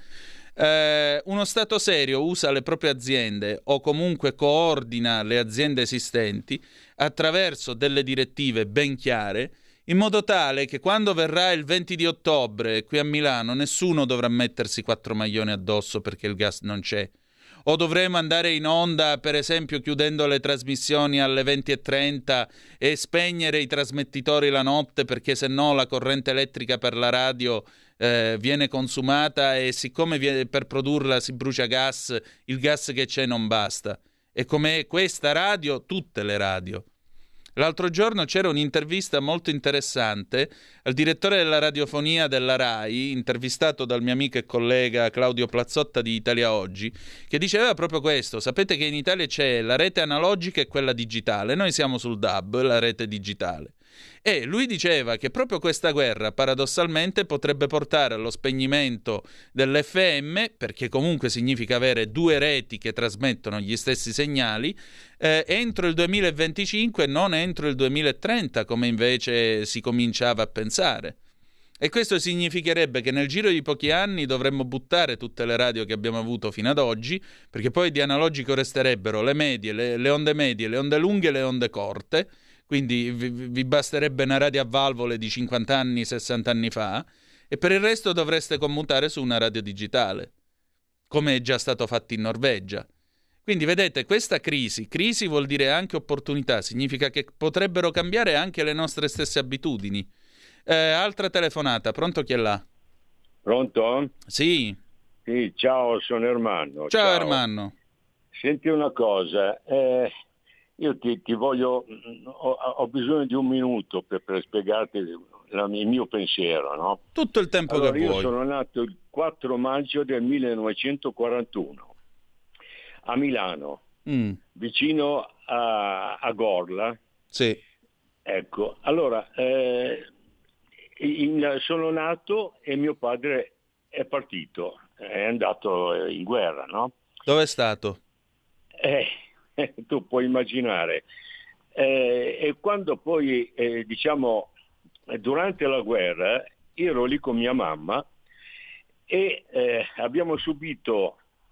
Uno Stato serio usa le proprie aziende o comunque coordina le aziende esistenti attraverso delle direttive ben chiare, in modo tale che quando verrà il 20 di ottobre qui a Milano nessuno dovrà mettersi 4 maglioni addosso perché il gas non c'è. O dovremo andare in onda, per esempio, chiudendo le trasmissioni alle 20:30 e spegnere i trasmettitori la notte perché se no la corrente elettrica per la radio viene consumata e siccome per produrla si brucia gas, il gas che c'è non basta. E come questa radio, tutte le radio. L'altro giorno c'era un'intervista molto interessante al direttore della radiofonia della RAI, intervistato dal mio amico e collega Claudio Plazzotta di Italia Oggi, che diceva proprio questo: sapete che in Italia c'è la rete analogica e quella digitale, noi siamo sul DAB, la rete digitale. E lui diceva che proprio questa guerra paradossalmente potrebbe portare allo spegnimento dell'FM, perché comunque significa avere 2 reti che trasmettono gli stessi segnali, entro il 2025 e non entro il 2030 come invece si cominciava a pensare. E questo significherebbe che nel giro di pochi anni dovremmo buttare tutte le radio che abbiamo avuto fino ad oggi, perché poi di analogico resterebbero le medie, le onde medie, le onde lunghe e le onde corte. Quindi vi basterebbe una radio a valvole di 50 anni, 60 anni fa, e per il resto dovreste commutare su una radio digitale, come è già stato fatto in Norvegia. Quindi vedete, questa crisi vuol dire anche opportunità, significa che potrebbero cambiare anche le nostre stesse abitudini. Altra telefonata, pronto, chi è là? Pronto? Sì. Sì, ciao, sono Ermanno. Ciao Ermanno. Senti una cosa, io ti voglio, ho bisogno di un minuto per spiegarti il mio pensiero, no? Tutto il tempo che vuoi. Io sono nato il 4 maggio del 1941 a Milano, vicino a Gorla. Sì. Ecco, allora, sono nato e mio padre è partito, è andato in guerra, no? Dove è stato? Tu puoi immaginare. E quando poi, diciamo, durante la guerra, ero lì con mia mamma e abbiamo subito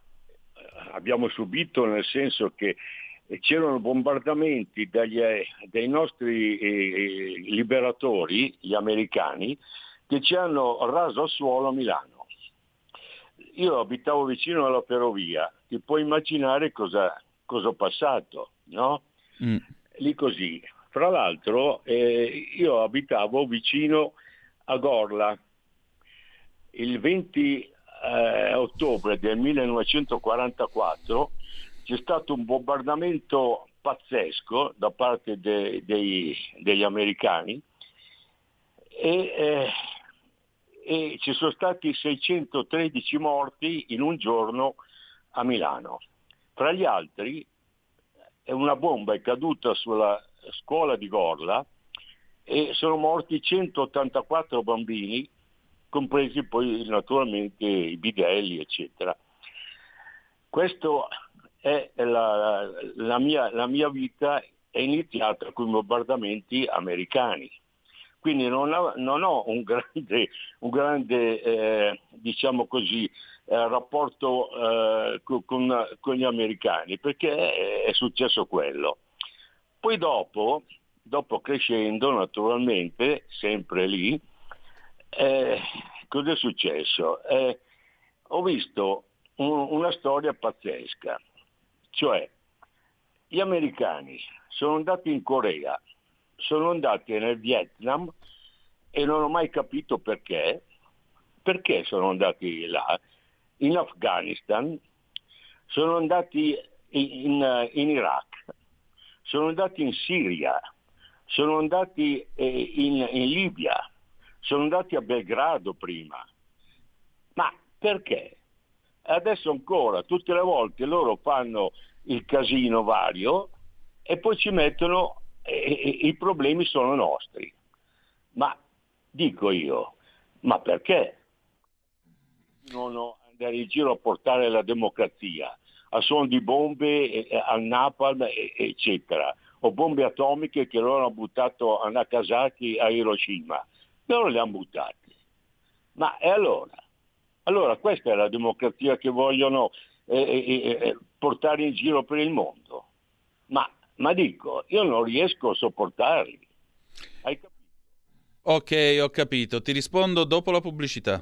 nel senso che c'erano bombardamenti dai nostri liberatori, gli americani, che ci hanno raso al suolo a Milano. Io abitavo vicino alla ferrovia, ti puoi immaginare cosa ho passato, no? Lì così. Fra l'altro io abitavo vicino a Gorla. Il 20 ottobre del 1944 c'è stato un bombardamento pazzesco da parte degli americani e ci sono stati 613 morti in un giorno a Milano. Fra gli altri una bomba è caduta sulla scuola di Gorla e sono morti 184 bambini, compresi poi naturalmente i bidelli, eccetera. Questo è la mia vita è iniziata con i bombardamenti americani. Quindi non ho un grande diciamo così, rapporto con gli americani, perché è successo quello. Poi dopo crescendo, naturalmente, sempre lì, cosa è successo? Ho visto una storia pazzesca, cioè gli americani sono andati in Corea, sono andati nel Vietnam e non ho mai capito perché sono andati là, in Afghanistan, sono andati in Iraq, sono andati in Siria, sono andati in Libia, sono andati a Belgrado prima. Ma perché? Adesso ancora, tutte le volte loro fanno il casino vario e poi ci mettono i problemi sono nostri. Ma dico io, ma perché? continuano ad andare in giro a portare la democrazia a suon di bombe, al napalm, eccetera, o bombe atomiche che loro hanno buttato a Nagasaki, a Hiroshima. Loro le hanno buttate. Ma e allora? Allora questa è la democrazia che vogliono portare in giro per il mondo? Ma dico, io non riesco a sopportarli. Hai capito? Ok, ho capito. Ti rispondo dopo la pubblicità.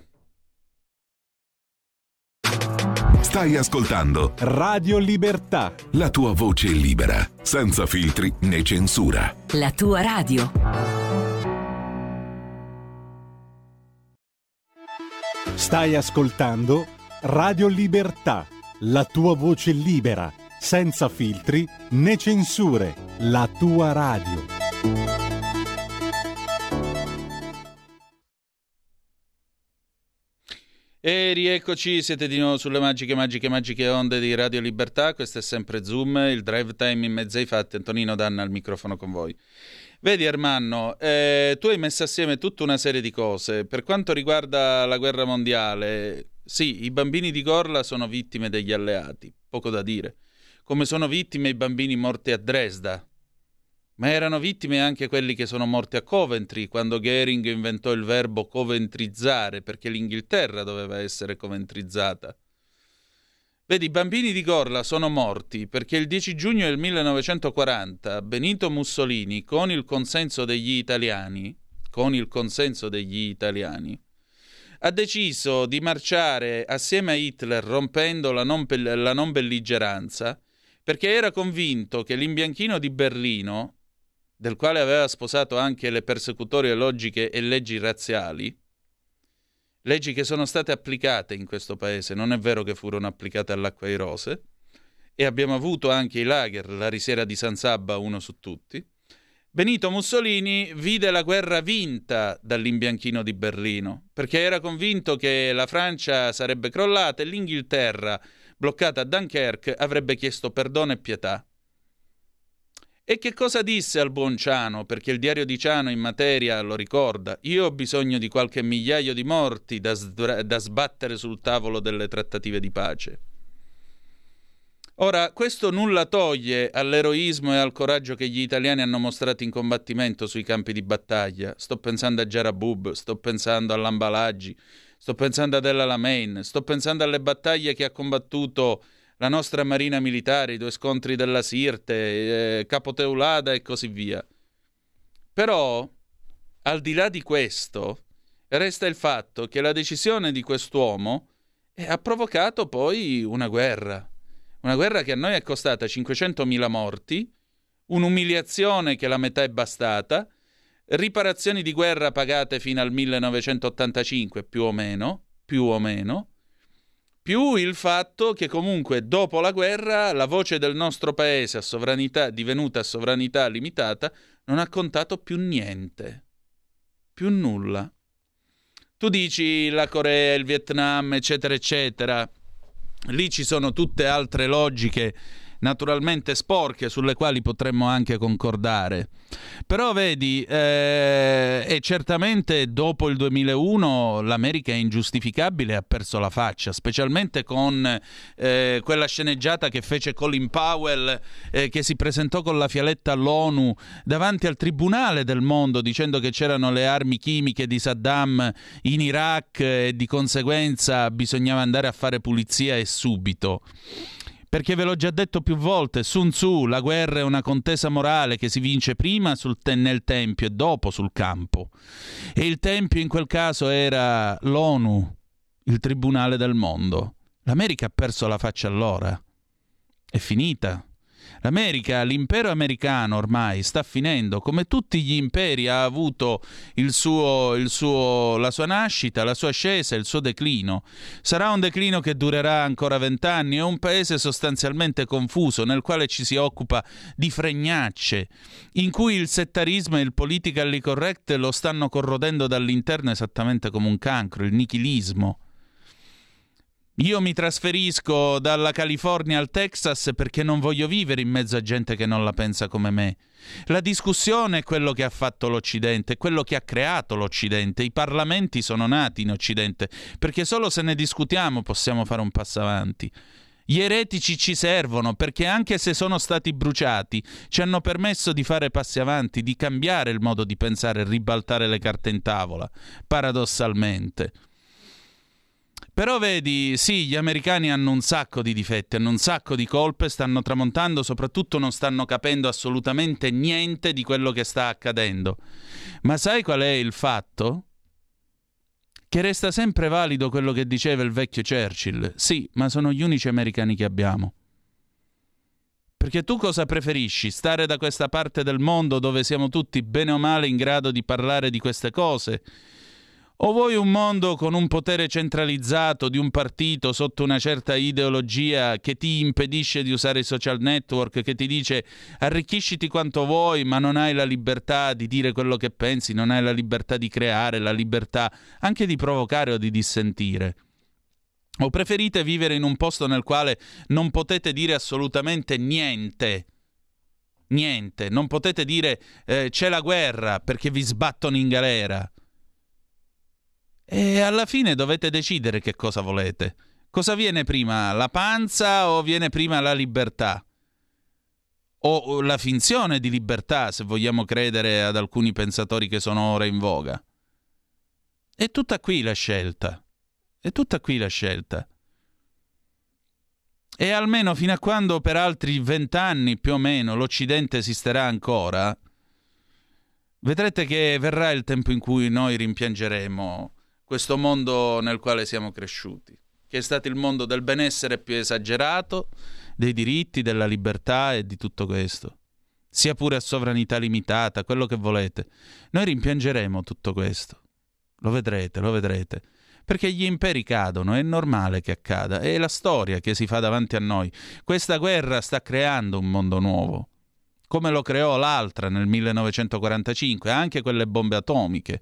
Stai ascoltando Radio Libertà, la tua voce libera, senza filtri né censura. La tua radio. Stai ascoltando Radio Libertà, la tua voce libera, senza filtri né censure. La tua radio. E rieccoci, siete di nuovo sulle magiche onde di Radio Libertà. Questo è sempre Zoom, il drive time in mezzo ai fatti. Antonino Danna al microfono con voi. Vedi Ermanno, tu hai messo assieme tutta una serie di cose. Per quanto riguarda la guerra mondiale, sì, i bambini di Gorla sono vittime degli alleati, poco da dire. Come sono vittime i bambini morti a Dresda. Ma erano vittime anche quelli che sono morti a Coventry, quando Goering inventò il verbo coventrizzare, perché l'Inghilterra doveva essere coventrizzata. Vedi, i bambini di Gorla sono morti perché il 10 giugno del 1940 Benito Mussolini, con il consenso degli italiani, ha deciso di marciare assieme a Hitler rompendo la non belligeranza, perché era convinto che l'imbianchino di Berlino, del quale aveva sposato anche le persecutorie logiche e leggi razziali, leggi che sono state applicate in questo paese, non è vero che furono applicate all'Acqua di Rose, e abbiamo avuto anche i lager, la risiera di San Sabba, uno su tutti. Benito Mussolini vide la guerra vinta dall'imbianchino di Berlino, perché era convinto che la Francia sarebbe crollata e l'Inghilterra, bloccata a Dunkerque, avrebbe chiesto perdono e pietà. E che cosa disse al buon Ciano? Perché il diario di Ciano in materia lo ricorda. Io ho bisogno di qualche migliaio di morti da sbattere sul tavolo delle trattative di pace. Ora, questo nulla toglie all'eroismo e al coraggio che gli italiani hanno mostrato in combattimento sui campi di battaglia. Sto pensando a Jarabub, sto pensando all'Ambalaggi, sto pensando ad El Alamein, sto pensando alle battaglie che ha combattuto la nostra marina militare, i 2 scontri della Sirte, Capo Teulada e così via. Però, al di là di questo, resta il fatto che la decisione di quest'uomo ha provocato poi una guerra che a noi è costata 500.000 morti, un'umiliazione che la metà è bastata, riparazioni di guerra pagate fino al 1985 più o meno, più il fatto che comunque dopo la guerra la voce del nostro paese divenuta sovranità limitata non ha contato più niente, più nulla. Tu dici la Corea, il Vietnam, eccetera, eccetera, lì ci sono tutte altre logiche naturalmente sporche sulle quali potremmo anche concordare. Però vedi, e certamente dopo il 2001 l'America è ingiustificabile, ha perso la faccia, specialmente con quella sceneggiata che fece Colin Powell, che si presentò con la fialetta all'ONU davanti al tribunale del mondo dicendo che c'erano le armi chimiche di Saddam in Iraq e di conseguenza bisognava andare a fare pulizia e subito. Perché ve l'ho già detto più volte, Sun Tzu, la guerra è una contesa morale che si vince prima nel tempio e dopo sul campo. E il tempio in quel caso era l'ONU, il tribunale del mondo. L'America ha perso la faccia allora. È finita. L'America, l'impero americano ormai sta finendo, come tutti gli imperi ha avuto la sua nascita, la sua ascesa, il suo declino. Sarà un declino che durerà ancora 20 anni, è un paese sostanzialmente confuso nel quale ci si occupa di fregnacce, in cui il settarismo e il politically correct lo stanno corrodendo dall'interno esattamente come un cancro, il nichilismo. Io mi trasferisco dalla California al Texas perché non voglio vivere in mezzo a gente che non la pensa come me. La discussione è quello che ha fatto l'Occidente, è quello che ha creato l'Occidente. I parlamenti sono nati in Occidente perché solo se ne discutiamo possiamo fare un passo avanti. Gli eretici ci servono perché anche se sono stati bruciati ci hanno permesso di fare passi avanti, di cambiare il modo di pensare e ribaltare le carte in tavola, paradossalmente. Però vedi, sì, gli americani hanno un sacco di difetti, hanno un sacco di colpe, stanno tramontando, soprattutto non stanno capendo assolutamente niente di quello che sta accadendo. Ma sai qual è il fatto? Che resta sempre valido quello che diceva il vecchio Churchill. Sì, ma sono gli unici americani che abbiamo. Perché tu cosa preferisci? Stare da questa parte del mondo dove siamo tutti bene o male in grado di parlare di queste cose? O vuoi un mondo con un potere centralizzato di un partito sotto una certa ideologia che ti impedisce di usare i social network, che ti dice arricchisciti quanto vuoi ma non hai la libertà di dire quello che pensi, non hai la libertà di creare, la libertà anche di provocare o di dissentire? O preferite vivere in un posto nel quale non potete dire assolutamente niente? Niente, non potete dire c'è la guerra perché vi sbattono in galera. E alla fine dovete decidere che cosa volete. Cosa viene prima, la panza o viene prima la libertà? O la finzione di libertà, se vogliamo credere ad alcuni pensatori che sono ora in voga. È tutta qui la scelta. È tutta qui la scelta. E almeno fino a quando per altri 20 anni più o meno l'Occidente esisterà ancora, vedrete che verrà il tempo in cui noi rimpiangeremo questo mondo nel quale siamo cresciuti, che è stato il mondo del benessere più esagerato, dei diritti, della libertà e di tutto questo, sia pure a sovranità limitata, quello che volete. Noi rimpiangeremo tutto questo, lo vedrete, perché gli imperi cadono, è normale che accada, è la storia che si fa davanti a noi. Questa guerra sta creando un mondo nuovo, come lo creò l'altra nel 1945, anche quelle bombe atomiche,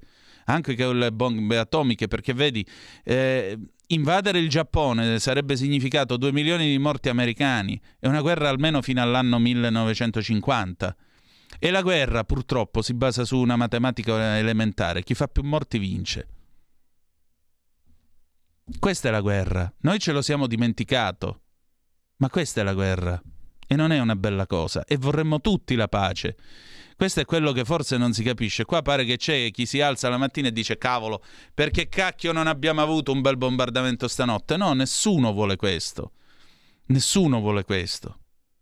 perché vedi, invadere il Giappone sarebbe significato 2 milioni di morti americani e una guerra almeno fino all'anno 1950. E la guerra purtroppo si basa su una matematica elementare: chi fa più morti vince. Questa è la guerra, noi ce lo siamo dimenticato, ma questa è la guerra e non è una bella cosa, e vorremmo tutti la pace. Questo è quello che forse non si capisce. Qua pare che c'è chi si alza la mattina e dice cavolo, perché cacchio non abbiamo avuto un bel bombardamento stanotte? No, nessuno vuole questo. Nessuno vuole questo.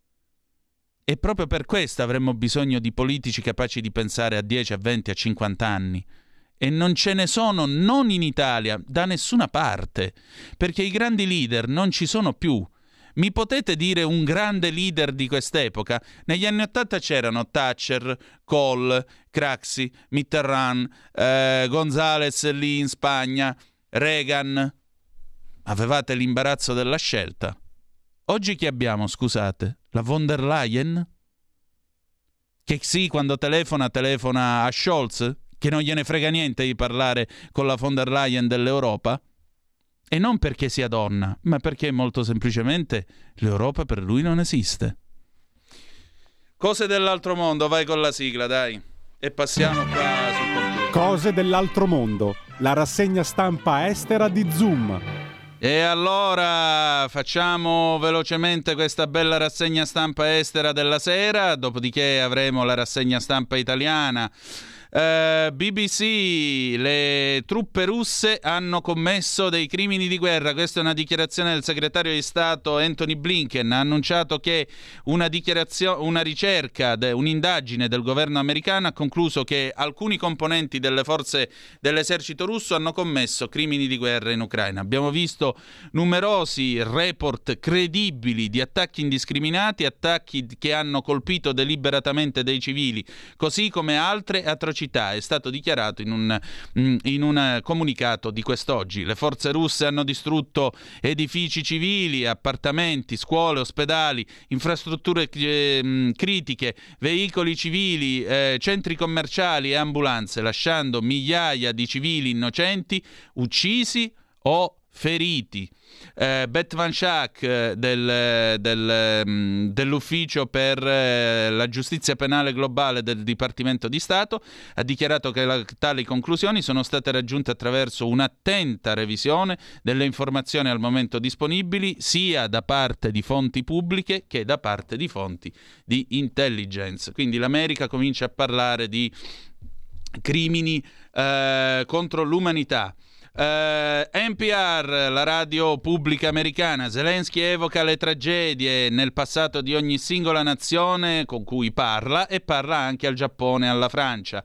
E proprio per questo avremmo bisogno di politici capaci di pensare a 10, a 20, a 50 anni. E non ce ne sono, non in Italia, da nessuna parte, perché i grandi leader non ci sono più. Mi potete dire un grande leader di quest'epoca? Negli anni '80 c'erano Thatcher, Kohl, Craxi, Mitterrand, González lì in Spagna, Reagan. Avevate l'imbarazzo della scelta. Oggi chi abbiamo, scusate? La von der Leyen? Che sì, quando telefona a Scholz? Che non gliene frega niente di parlare con la von der Leyen dell'Europa? E non perché sia donna, ma perché molto semplicemente l'Europa per lui non esiste. Cose dell'altro mondo, vai con la sigla, dai. E passiamo qua sul computer. Cose dell'altro mondo, la rassegna stampa estera di Zoom. E allora facciamo velocemente questa bella rassegna stampa estera della sera, dopodiché avremo la rassegna stampa italiana. BBC, le truppe russe hanno commesso dei crimini di guerra. Questa è una dichiarazione del segretario di Stato Anthony Blinken. Ha annunciato che una ricerca, un'indagine del governo americano ha concluso che alcuni componenti delle forze dell'esercito russo hanno commesso crimini di guerra in Ucraina. Abbiamo visto numerosi report credibili di attacchi indiscriminati, attacchi che hanno colpito deliberatamente dei civili, così come altre atrocità. È stato dichiarato in un comunicato di quest'oggi. Le forze russe hanno distrutto edifici civili, appartamenti, scuole, ospedali, infrastrutture critiche, veicoli civili, centri commerciali e ambulanze, lasciando migliaia di civili innocenti uccisi o feriti. Beth Van Schaak dell'Ufficio per la Giustizia Penale Globale del Dipartimento di Stato ha dichiarato che tali conclusioni sono state raggiunte attraverso un'attenta revisione delle informazioni al momento disponibili sia da parte di fonti pubbliche che da parte di fonti di intelligence. Quindi l'America comincia a parlare di crimini contro l'umanità. NPR, la radio pubblica americana. Zelensky evoca le tragedie nel passato di ogni singola nazione con cui parla, e parla anche al Giappone e alla Francia.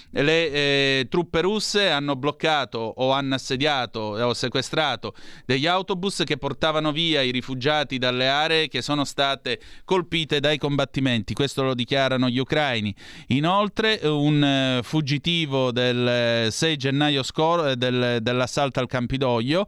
Le truppe russe hanno bloccato o hanno assediato o sequestrato degli autobus che portavano via i rifugiati dalle aree che sono state colpite dai combattimenti. Questo lo dichiarano gli ucraini. Inoltre un fuggitivo del 6 gennaio dell'assalto al Campidoglio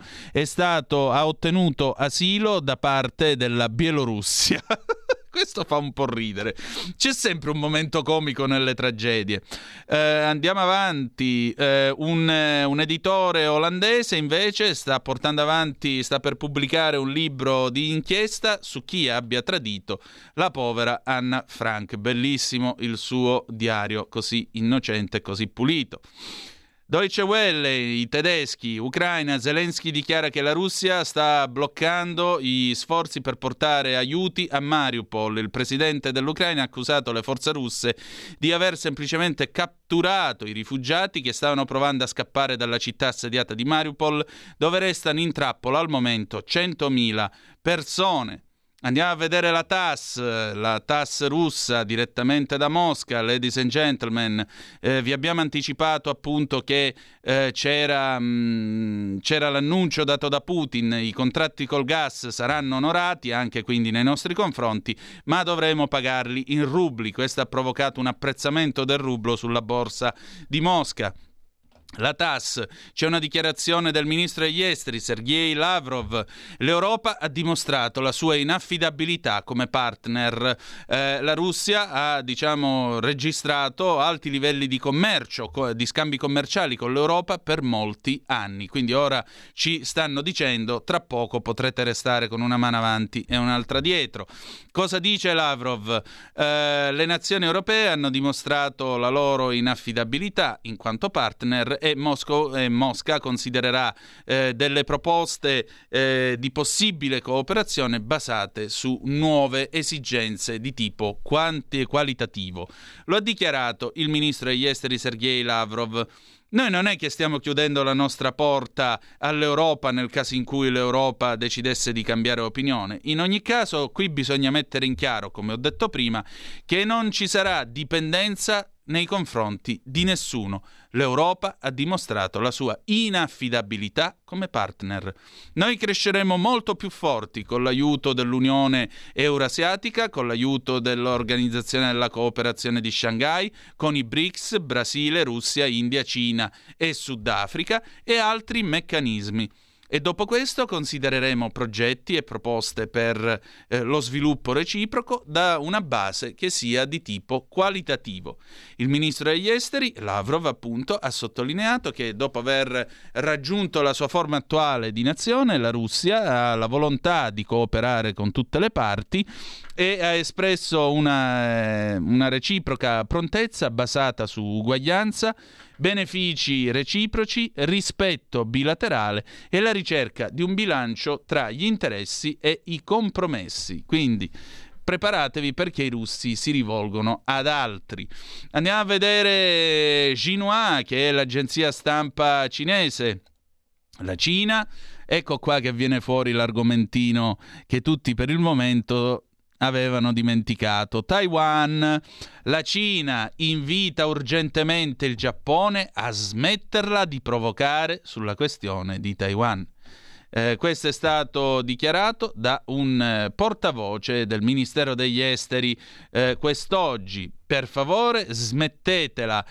ha ottenuto asilo da parte della Bielorussia. Questo fa un po' ridere. C'è sempre un momento comico nelle tragedie. Andiamo avanti. Un editore olandese invece sta per pubblicare un libro di inchiesta su chi abbia tradito la povera Anna Frank. Bellissimo il suo diario, così innocente e così pulito. Deutsche Welle, i tedeschi, Ucraina, Zelensky dichiara che la Russia sta bloccando gli sforzi per portare aiuti a Mariupol. Il presidente dell'Ucraina ha accusato le forze russe di aver semplicemente catturato i rifugiati che stavano provando a scappare dalla città assediata di Mariupol, dove restano in trappola al momento 100.000 persone. Andiamo a vedere la TASS russa direttamente da Mosca. Ladies and gentlemen, vi abbiamo anticipato appunto che c'era l'annuncio dato da Putin: i contratti col gas saranno onorati anche quindi nei nostri confronti, ma dovremo pagarli in rubli. Questo ha provocato un apprezzamento del rublo sulla borsa di Mosca. La TASS, c'è una dichiarazione del ministro degli esteri Sergei Lavrov. L'Europa ha dimostrato la sua inaffidabilità come partner. La Russia ha registrato alti livelli di commercio, di scambi commerciali con l'Europa per molti anni. Quindi ora ci stanno dicendo: tra poco potrete restare con una mano avanti e un'altra dietro. Cosa dice Lavrov? Le nazioni europee hanno dimostrato la loro inaffidabilità in quanto partner, e Mosca considererà delle proposte di possibile cooperazione basate su nuove esigenze di tipo qualitativo. Lo ha dichiarato il ministro degli esteri Sergei Lavrov. Noi non è che stiamo chiudendo la nostra porta all'Europa nel caso in cui l'Europa decidesse di cambiare opinione. In ogni caso, qui bisogna mettere in chiaro, come ho detto prima, che non ci sarà dipendenza nei confronti di nessuno. L'Europa ha dimostrato la sua inaffidabilità come partner. Noi cresceremo molto più forti con l'aiuto dell'Unione Eurasiatica, con l'aiuto dell'Organizzazione della Cooperazione di Shanghai, con i BRICS, Brasile, Russia, India, Cina e Sudafrica e altri meccanismi. E dopo questo considereremo progetti e proposte per lo sviluppo reciproco da una base che sia di tipo qualitativo. Il ministro degli esteri, Lavrov, appunto, ha sottolineato che dopo aver raggiunto la sua forma attuale di nazione, la Russia ha la volontà di cooperare con tutte le parti e ha espresso una reciproca prontezza basata su uguaglianza, benefici reciproci, rispetto bilaterale e la ricerca di un bilancio tra gli interessi e i compromessi. Quindi preparatevi perché i russi si rivolgono ad altri. Andiamo a vedere Xinhua, che è l'agenzia stampa cinese. La Cina, ecco qua che viene fuori l'argomentino che tutti per il momento avevano dimenticato. Taiwan. La Cina invita urgentemente il Giappone a smetterla di provocare sulla questione di Taiwan. Questo è stato dichiarato da un portavoce del Ministero degli Esteri quest'oggi. Per favore smettetela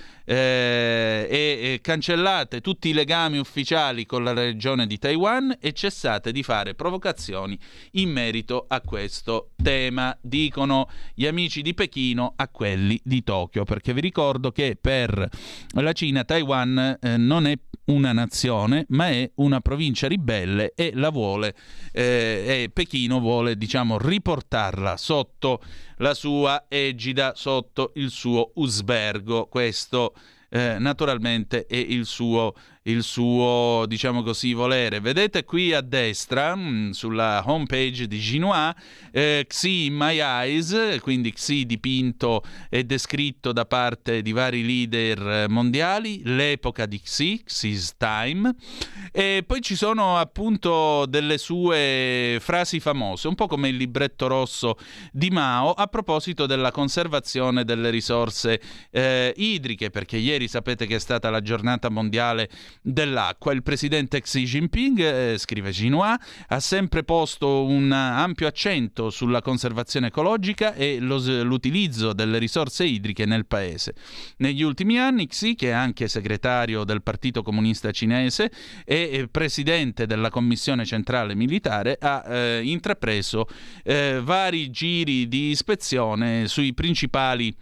e cancellate tutti i legami ufficiali con la regione di Taiwan e cessate di fare provocazioni in merito a questo tema, dicono gli amici di Pechino a quelli di Tokyo, perché vi ricordo che per la Cina Taiwan non è una nazione, ma è una provincia ribelle e la vuole, e Pechino vuole, diciamo, riportarla sotto la sua egida, sotto il suo usbergo. Questo naturalmente è il suo, diciamo così, volere. Vedete qui a destra, sulla homepage di Xinhua, Xi in My Eyes, quindi Xi dipinto e descritto da parte di vari leader mondiali, l'epoca di Xi's Time, e poi ci sono appunto delle sue frasi famose, un po' come il libretto rosso di Mao, a proposito della conservazione delle risorse idriche, perché ieri sapete che è stata la giornata mondiale dell'acqua. Il presidente Xi Jinping, scrive Xinhua, ha sempre posto un ampio accento sulla conservazione ecologica e l'utilizzo delle risorse idriche nel paese. Negli ultimi anni Xi, che è anche segretario del Partito Comunista Cinese e presidente della Commissione Centrale Militare, ha intrapreso vari giri di ispezione sulle principali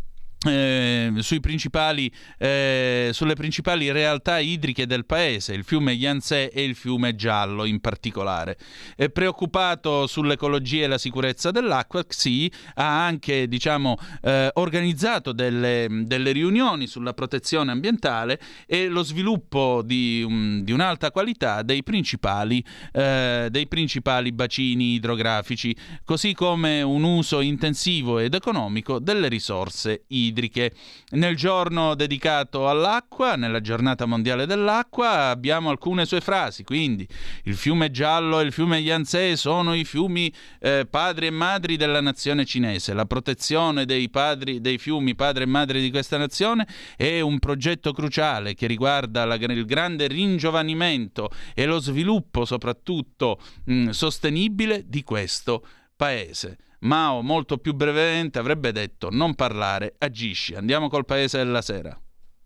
realtà idriche del paese, il fiume Yangtze e il fiume Giallo in particolare. Preoccupato sull'ecologia e la sicurezza dell'acqua, Xi ha anche, diciamo, organizzato delle riunioni sulla protezione ambientale e lo sviluppo di un'alta qualità dei principali bacini idrografici, così come un uso intensivo ed economico delle risorse idriche. Nel giorno dedicato all'acqua, nella giornata mondiale dell'acqua, abbiamo alcune sue frasi. Quindi il fiume Giallo e il fiume Yangtze sono i fiumi padri e madri della nazione cinese. La protezione dei fiumi padri e madri di questa nazione è un progetto cruciale che riguarda il grande ringiovanimento e lo sviluppo soprattutto sostenibile di questo paese. Mao molto più brevemente avrebbe detto: non parlare, agisci. Andiamo col Paese della Sera.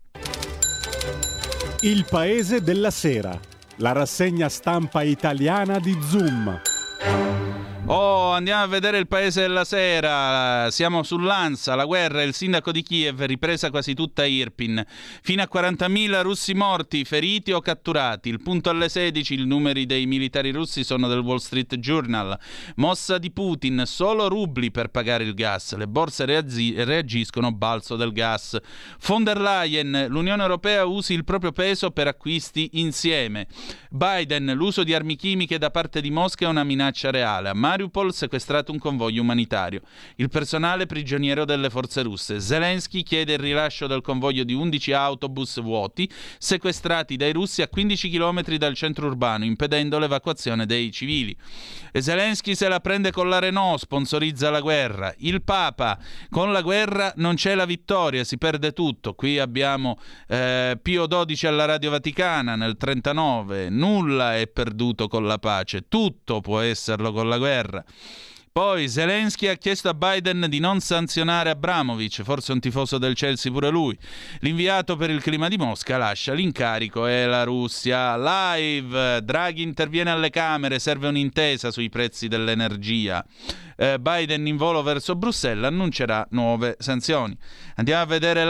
Il Paese della Sera, la rassegna stampa italiana di Zoom. Oh, andiamo a vedere il Paese della Sera. Siamo sull'Ansa, la guerra, il sindaco di Kiev, ripresa quasi tutta Irpin. Fino a 40.000 russi morti, feriti o catturati. Il punto alle 16, i numeri dei militari russi sono del Wall Street Journal. Mossa di Putin, solo rubli per pagare il gas. Le borse reagiscono, balzo del gas. Von der Leyen, l'Unione Europea usi il proprio peso per acquisti insieme. Biden, l'uso di armi chimiche da parte di Mosca è una minaccia reale. A Mariupol sequestrato un convoglio umanitario. Il personale prigioniero delle forze russe. Zelensky chiede il rilascio del convoglio di 11 autobus vuoti sequestrati dai russi a 15 km dal centro urbano, impedendo l'evacuazione dei civili. Zelensky se la prende con la Renault, sponsorizza la guerra. Il Papa: con la guerra non c'è la vittoria, si perde tutto. Qui abbiamo Pio XII alla Radio Vaticana nel 1939. Nulla è perduto con la pace, tutto può esserlo con la guerra. Poi Zelensky ha chiesto a Biden di non sanzionare Abramovich, forse un tifoso del Chelsea pure lui. L'inviato per il clima di Mosca lascia l'incarico e la Russia. Live, Draghi interviene alle Camere, serve un'intesa sui prezzi dell'energia. Biden in volo verso Bruxelles annuncerà nuove sanzioni. Andiamo a vedere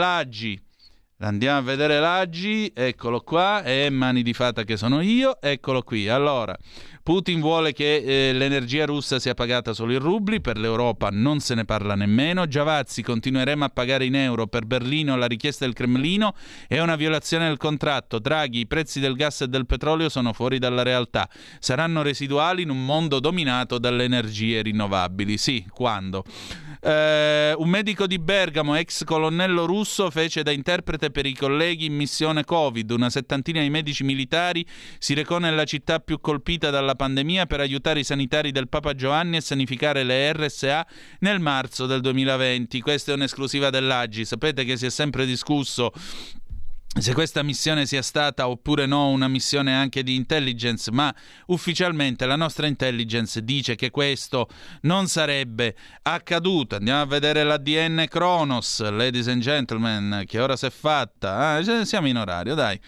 l'Aggi, eccolo qua, e mani di fata che sono io, eccolo qui. Allora, Putin vuole che l'energia russa sia pagata solo in rubli, per l'Europa non se ne parla nemmeno. Giavazzi: continueremo a pagare in euro, per Berlino la richiesta del Cremlino è una violazione del contratto. Draghi: i prezzi del gas e del petrolio sono fuori dalla realtà, saranno residuali in un mondo dominato dalle energie rinnovabili. Sì, quando? Un medico di Bergamo, ex colonnello russo, fece da interprete per i colleghi in missione Covid. Una settantina di medici militari si recò nella città più colpita dalla pandemia per aiutare i sanitari del Papa Giovanni a sanificare le RSA nel marzo del 2020. Questa è un'esclusiva dell'Aggi. Sapete che si è sempre discusso se questa missione sia stata oppure no una missione anche di intelligence, ma ufficialmente la nostra intelligence dice che questo non sarebbe accaduto. Andiamo a vedere l'ADN Kronos, ladies and gentlemen, che ora si è fatta. Siamo in orario, dai.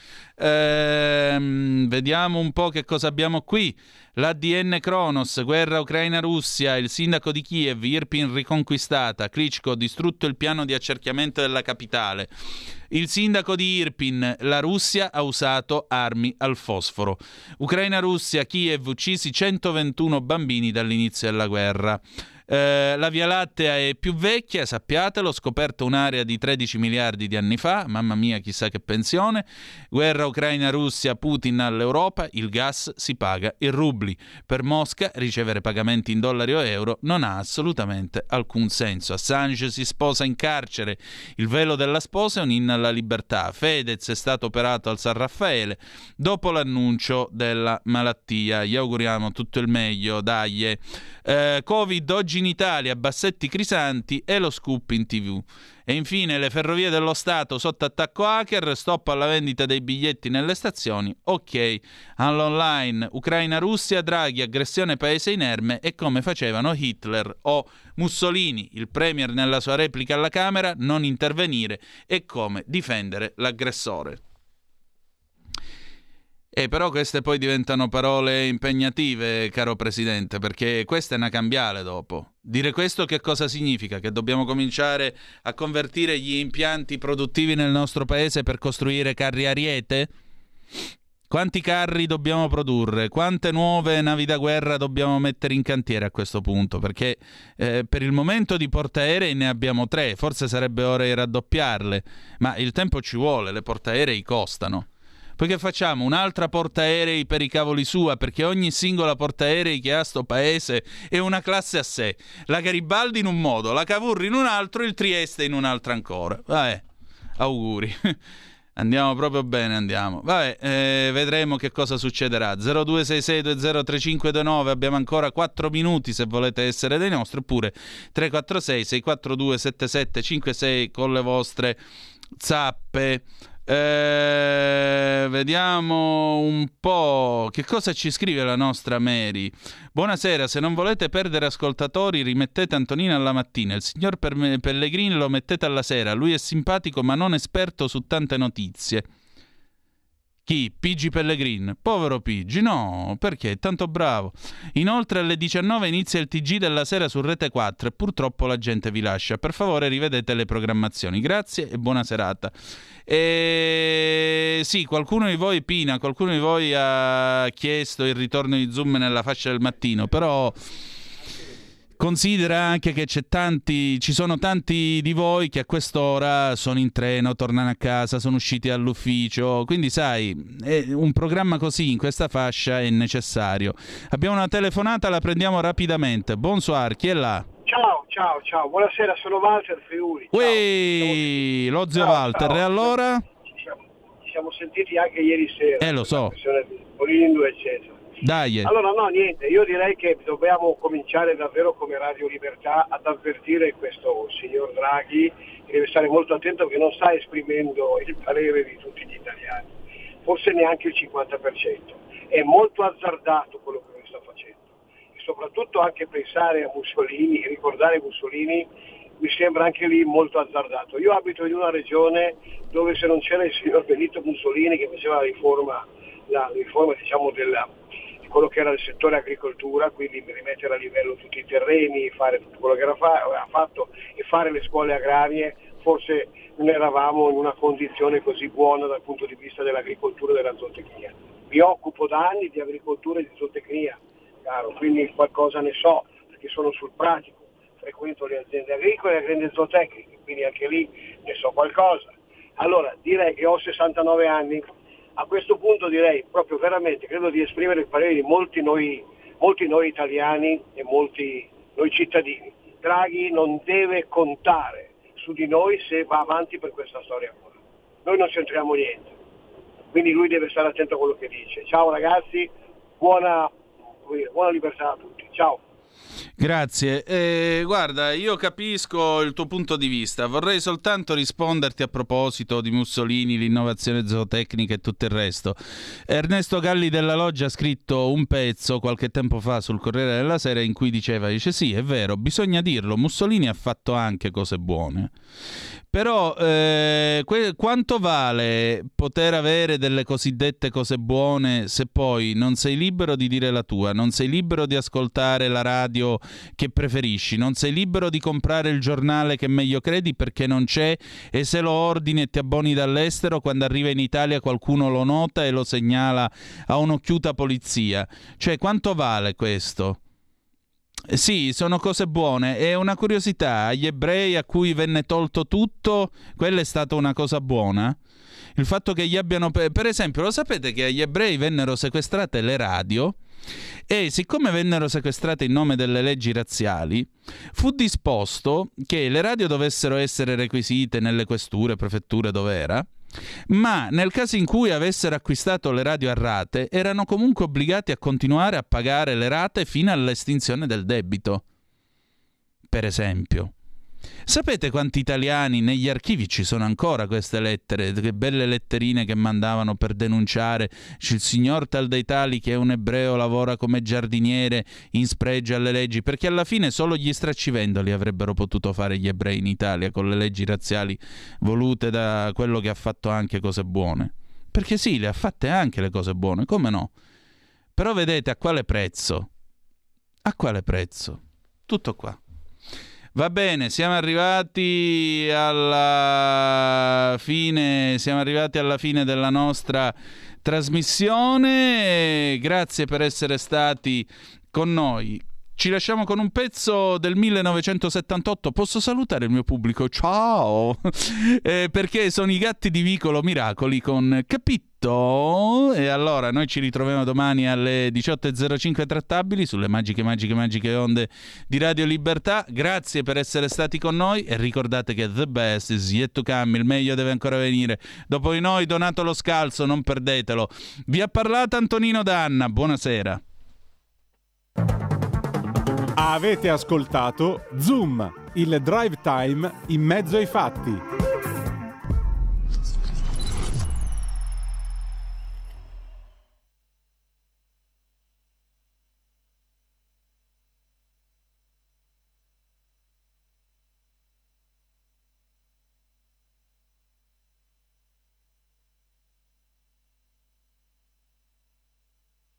Vediamo un po' che cosa abbiamo qui. L'ADN Kronos, guerra Ucraina-Russia, il sindaco di Kiev, Irpin riconquistata, Klitschko distrutto il piano di accerchiamento della capitale. Il sindaco di Irpin, la Russia ha usato armi al fosforo. Ucraina-Russia, Kiev, uccisi 121 bambini dall'inizio della guerra. La Via Lattea è più vecchia, sappiatelo, scoperto un'area di 13 miliardi di anni fa, mamma mia chissà che pensione. Guerra Ucraina-Russia, Putin all'Europa, il gas si paga in rubli. Per Mosca ricevere pagamenti in dollari o euro non ha assolutamente alcun senso. Assange si sposa in carcere, il velo della sposa è un inno alla libertà. Fedez è stato operato al San Raffaele dopo l'annuncio della malattia, gli auguriamo tutto il meglio, dai. Covid oggi in Italia, Bassetti Crisanti e lo scoop in TV. E infine le ferrovie dello Stato sotto attacco hacker, stop alla vendita dei biglietti nelle stazioni, ok all'online, Ucraina-Russia, Draghi, aggressione paese inerme e come facevano Hitler o Mussolini, il premier nella sua replica alla Camera, non intervenire e come difendere l'aggressore. Però queste poi diventano parole impegnative, caro Presidente, perché questa è una cambiale dopo. Dire questo che cosa significa? Che dobbiamo cominciare a convertire gli impianti produttivi nel nostro paese per costruire carri Ariete? Quanti carri dobbiamo produrre? Quante nuove navi da guerra dobbiamo mettere in cantiere a questo punto? Perché per il momento di portaerei ne abbiamo 3, forse sarebbe ora di raddoppiarle, ma il tempo ci vuole, le portaerei costano. Poi che facciamo? Un'altra portaerei per i cavoli sua, perché ogni singola portaerei che ha sto paese è una classe a sé. La Garibaldi in un modo, la Cavour in un altro, il Trieste in un altro ancora. Vabbè, auguri. Andiamo proprio bene, andiamo. Vabbè, vedremo che cosa succederà. 0266203529, abbiamo ancora 4 minuti se volete essere dei nostri, oppure 346-642-7756 con le vostre zappe. Vediamo un po' che cosa ci scrive la nostra Mary. Buonasera, se non volete perdere ascoltatori rimettete Antonino alla mattina, il signor Pellegrini lo mettete alla sera, lui è simpatico ma non esperto su tante notizie. Chi? Pigi Pellegrin? Povero Pigi, no, perché è tanto bravo. Inoltre alle 19 inizia il TG della sera su Rete 4 e purtroppo la gente vi lascia. Per favore rivedete le programmazioni. Grazie e buona serata. Sì, qualcuno di voi, Pina, qualcuno di voi ha chiesto il ritorno di Zoom nella fascia del mattino, però considera anche che ci sono tanti di voi che a quest'ora sono in treno, tornano a casa, sono usciti dall'ufficio, quindi sai, un programma così in questa fascia è necessario. Abbiamo una telefonata, la prendiamo rapidamente. Bonsoir, chi è là? Ciao, buonasera, sono Walter Friuli. Ui, lo zio Walter, e allora? Ci siamo sentiti anche ieri sera. Lo so. Polindo, eccetera. Dai. Allora no, niente, io direi che dobbiamo cominciare davvero come Radio Libertà ad avvertire questo signor Draghi, che deve stare molto attento perché non sta esprimendo il parere di tutti gli italiani, forse neanche il 50%. È molto azzardato quello che lui sta facendo. E soprattutto anche pensare a Mussolini, ricordare Mussolini, mi sembra anche lì molto azzardato. Io abito in una regione dove se non c'era il signor Benito Mussolini che faceva la riforma diciamo di quello che era il settore agricoltura, quindi rimettere a livello tutti i terreni, fare tutto quello che aveva fatto e fare le scuole agrarie, forse non eravamo in una condizione così buona dal punto di vista dell'agricoltura e della zootecnia. Mi occupo da anni di agricoltura e di zootecnia, caro, quindi qualcosa ne so, perché sono sul pratico, frequento le aziende agricole e le aziende zootecniche, quindi anche lì ne so qualcosa. Allora, direi che ho 69 anni, a questo punto direi proprio veramente, credo di esprimere il parere di molti noi italiani e molti noi cittadini. Draghi non deve contare su di noi se va avanti per questa storia qua. Noi non c'entriamo niente, quindi lui deve stare attento a quello che dice. Ciao ragazzi, buona libertà a tutti, ciao. Grazie. Guarda, io capisco il tuo punto di vista, vorrei soltanto risponderti a proposito di Mussolini, l'innovazione zootecnica e tutto il resto. Ernesto Galli della Loggia ha scritto un pezzo qualche tempo fa sul Corriere della Sera in cui dice sì, è vero, bisogna dirlo, Mussolini ha fatto anche cose buone, Però quanto vale poter avere delle cosiddette cose buone se poi non sei libero di dire la tua, non sei libero di ascoltare la radio che preferisci, non sei libero di comprare il giornale che meglio credi perché non c'è, e se lo ordini e ti abboni dall'estero, quando arriva in Italia qualcuno lo nota e lo segnala a un'occhiuta polizia. Cioè, quanto vale questo? Sì, sono cose buone. È una curiosità, agli ebrei a cui venne tolto tutto, quella è stata una cosa buona? Il fatto che gli abbiano... Per esempio, lo sapete che agli ebrei vennero sequestrate le radio, e siccome vennero sequestrate in nome delle leggi razziali, fu disposto che le radio dovessero essere requisite nelle questure, prefetture, dove era, ma nel caso in cui avessero acquistato le radio a rate erano comunque obbligati a continuare a pagare le rate fino all'estinzione del debito. Per esempio, sapete quanti italiani negli archivi ci sono ancora queste lettere, che belle letterine che mandavano per denunciare il signor tal dei tali che è un ebreo, lavora come giardiniere in spregio alle leggi, perché alla fine solo gli straccivendoli avrebbero potuto fare gli ebrei in Italia con le leggi razziali volute da quello che ha fatto anche cose buone. Perché sì, le ha fatte anche le cose buone, come no? Però vedete a quale prezzo? A quale prezzo? Tutto qua. Va bene, siamo arrivati alla fine della nostra trasmissione. Grazie per essere stati con noi. Ci lasciamo con un pezzo del 1978. Posso salutare il mio pubblico? Ciao! Perché sono i Gatti di Vicolo Miracoli con Capito. E allora noi ci ritroviamo domani alle 18.05 trattabili sulle magiche onde di Radio Libertà. Grazie per essere stati con noi e ricordate che the best is yet to come, il meglio deve ancora venire. Dopo di noi Donato Lo Scalzo, non perdetelo. Vi ha parlato Antonino Danna, buonasera. Avete ascoltato Zoom, il drive time in mezzo ai fatti.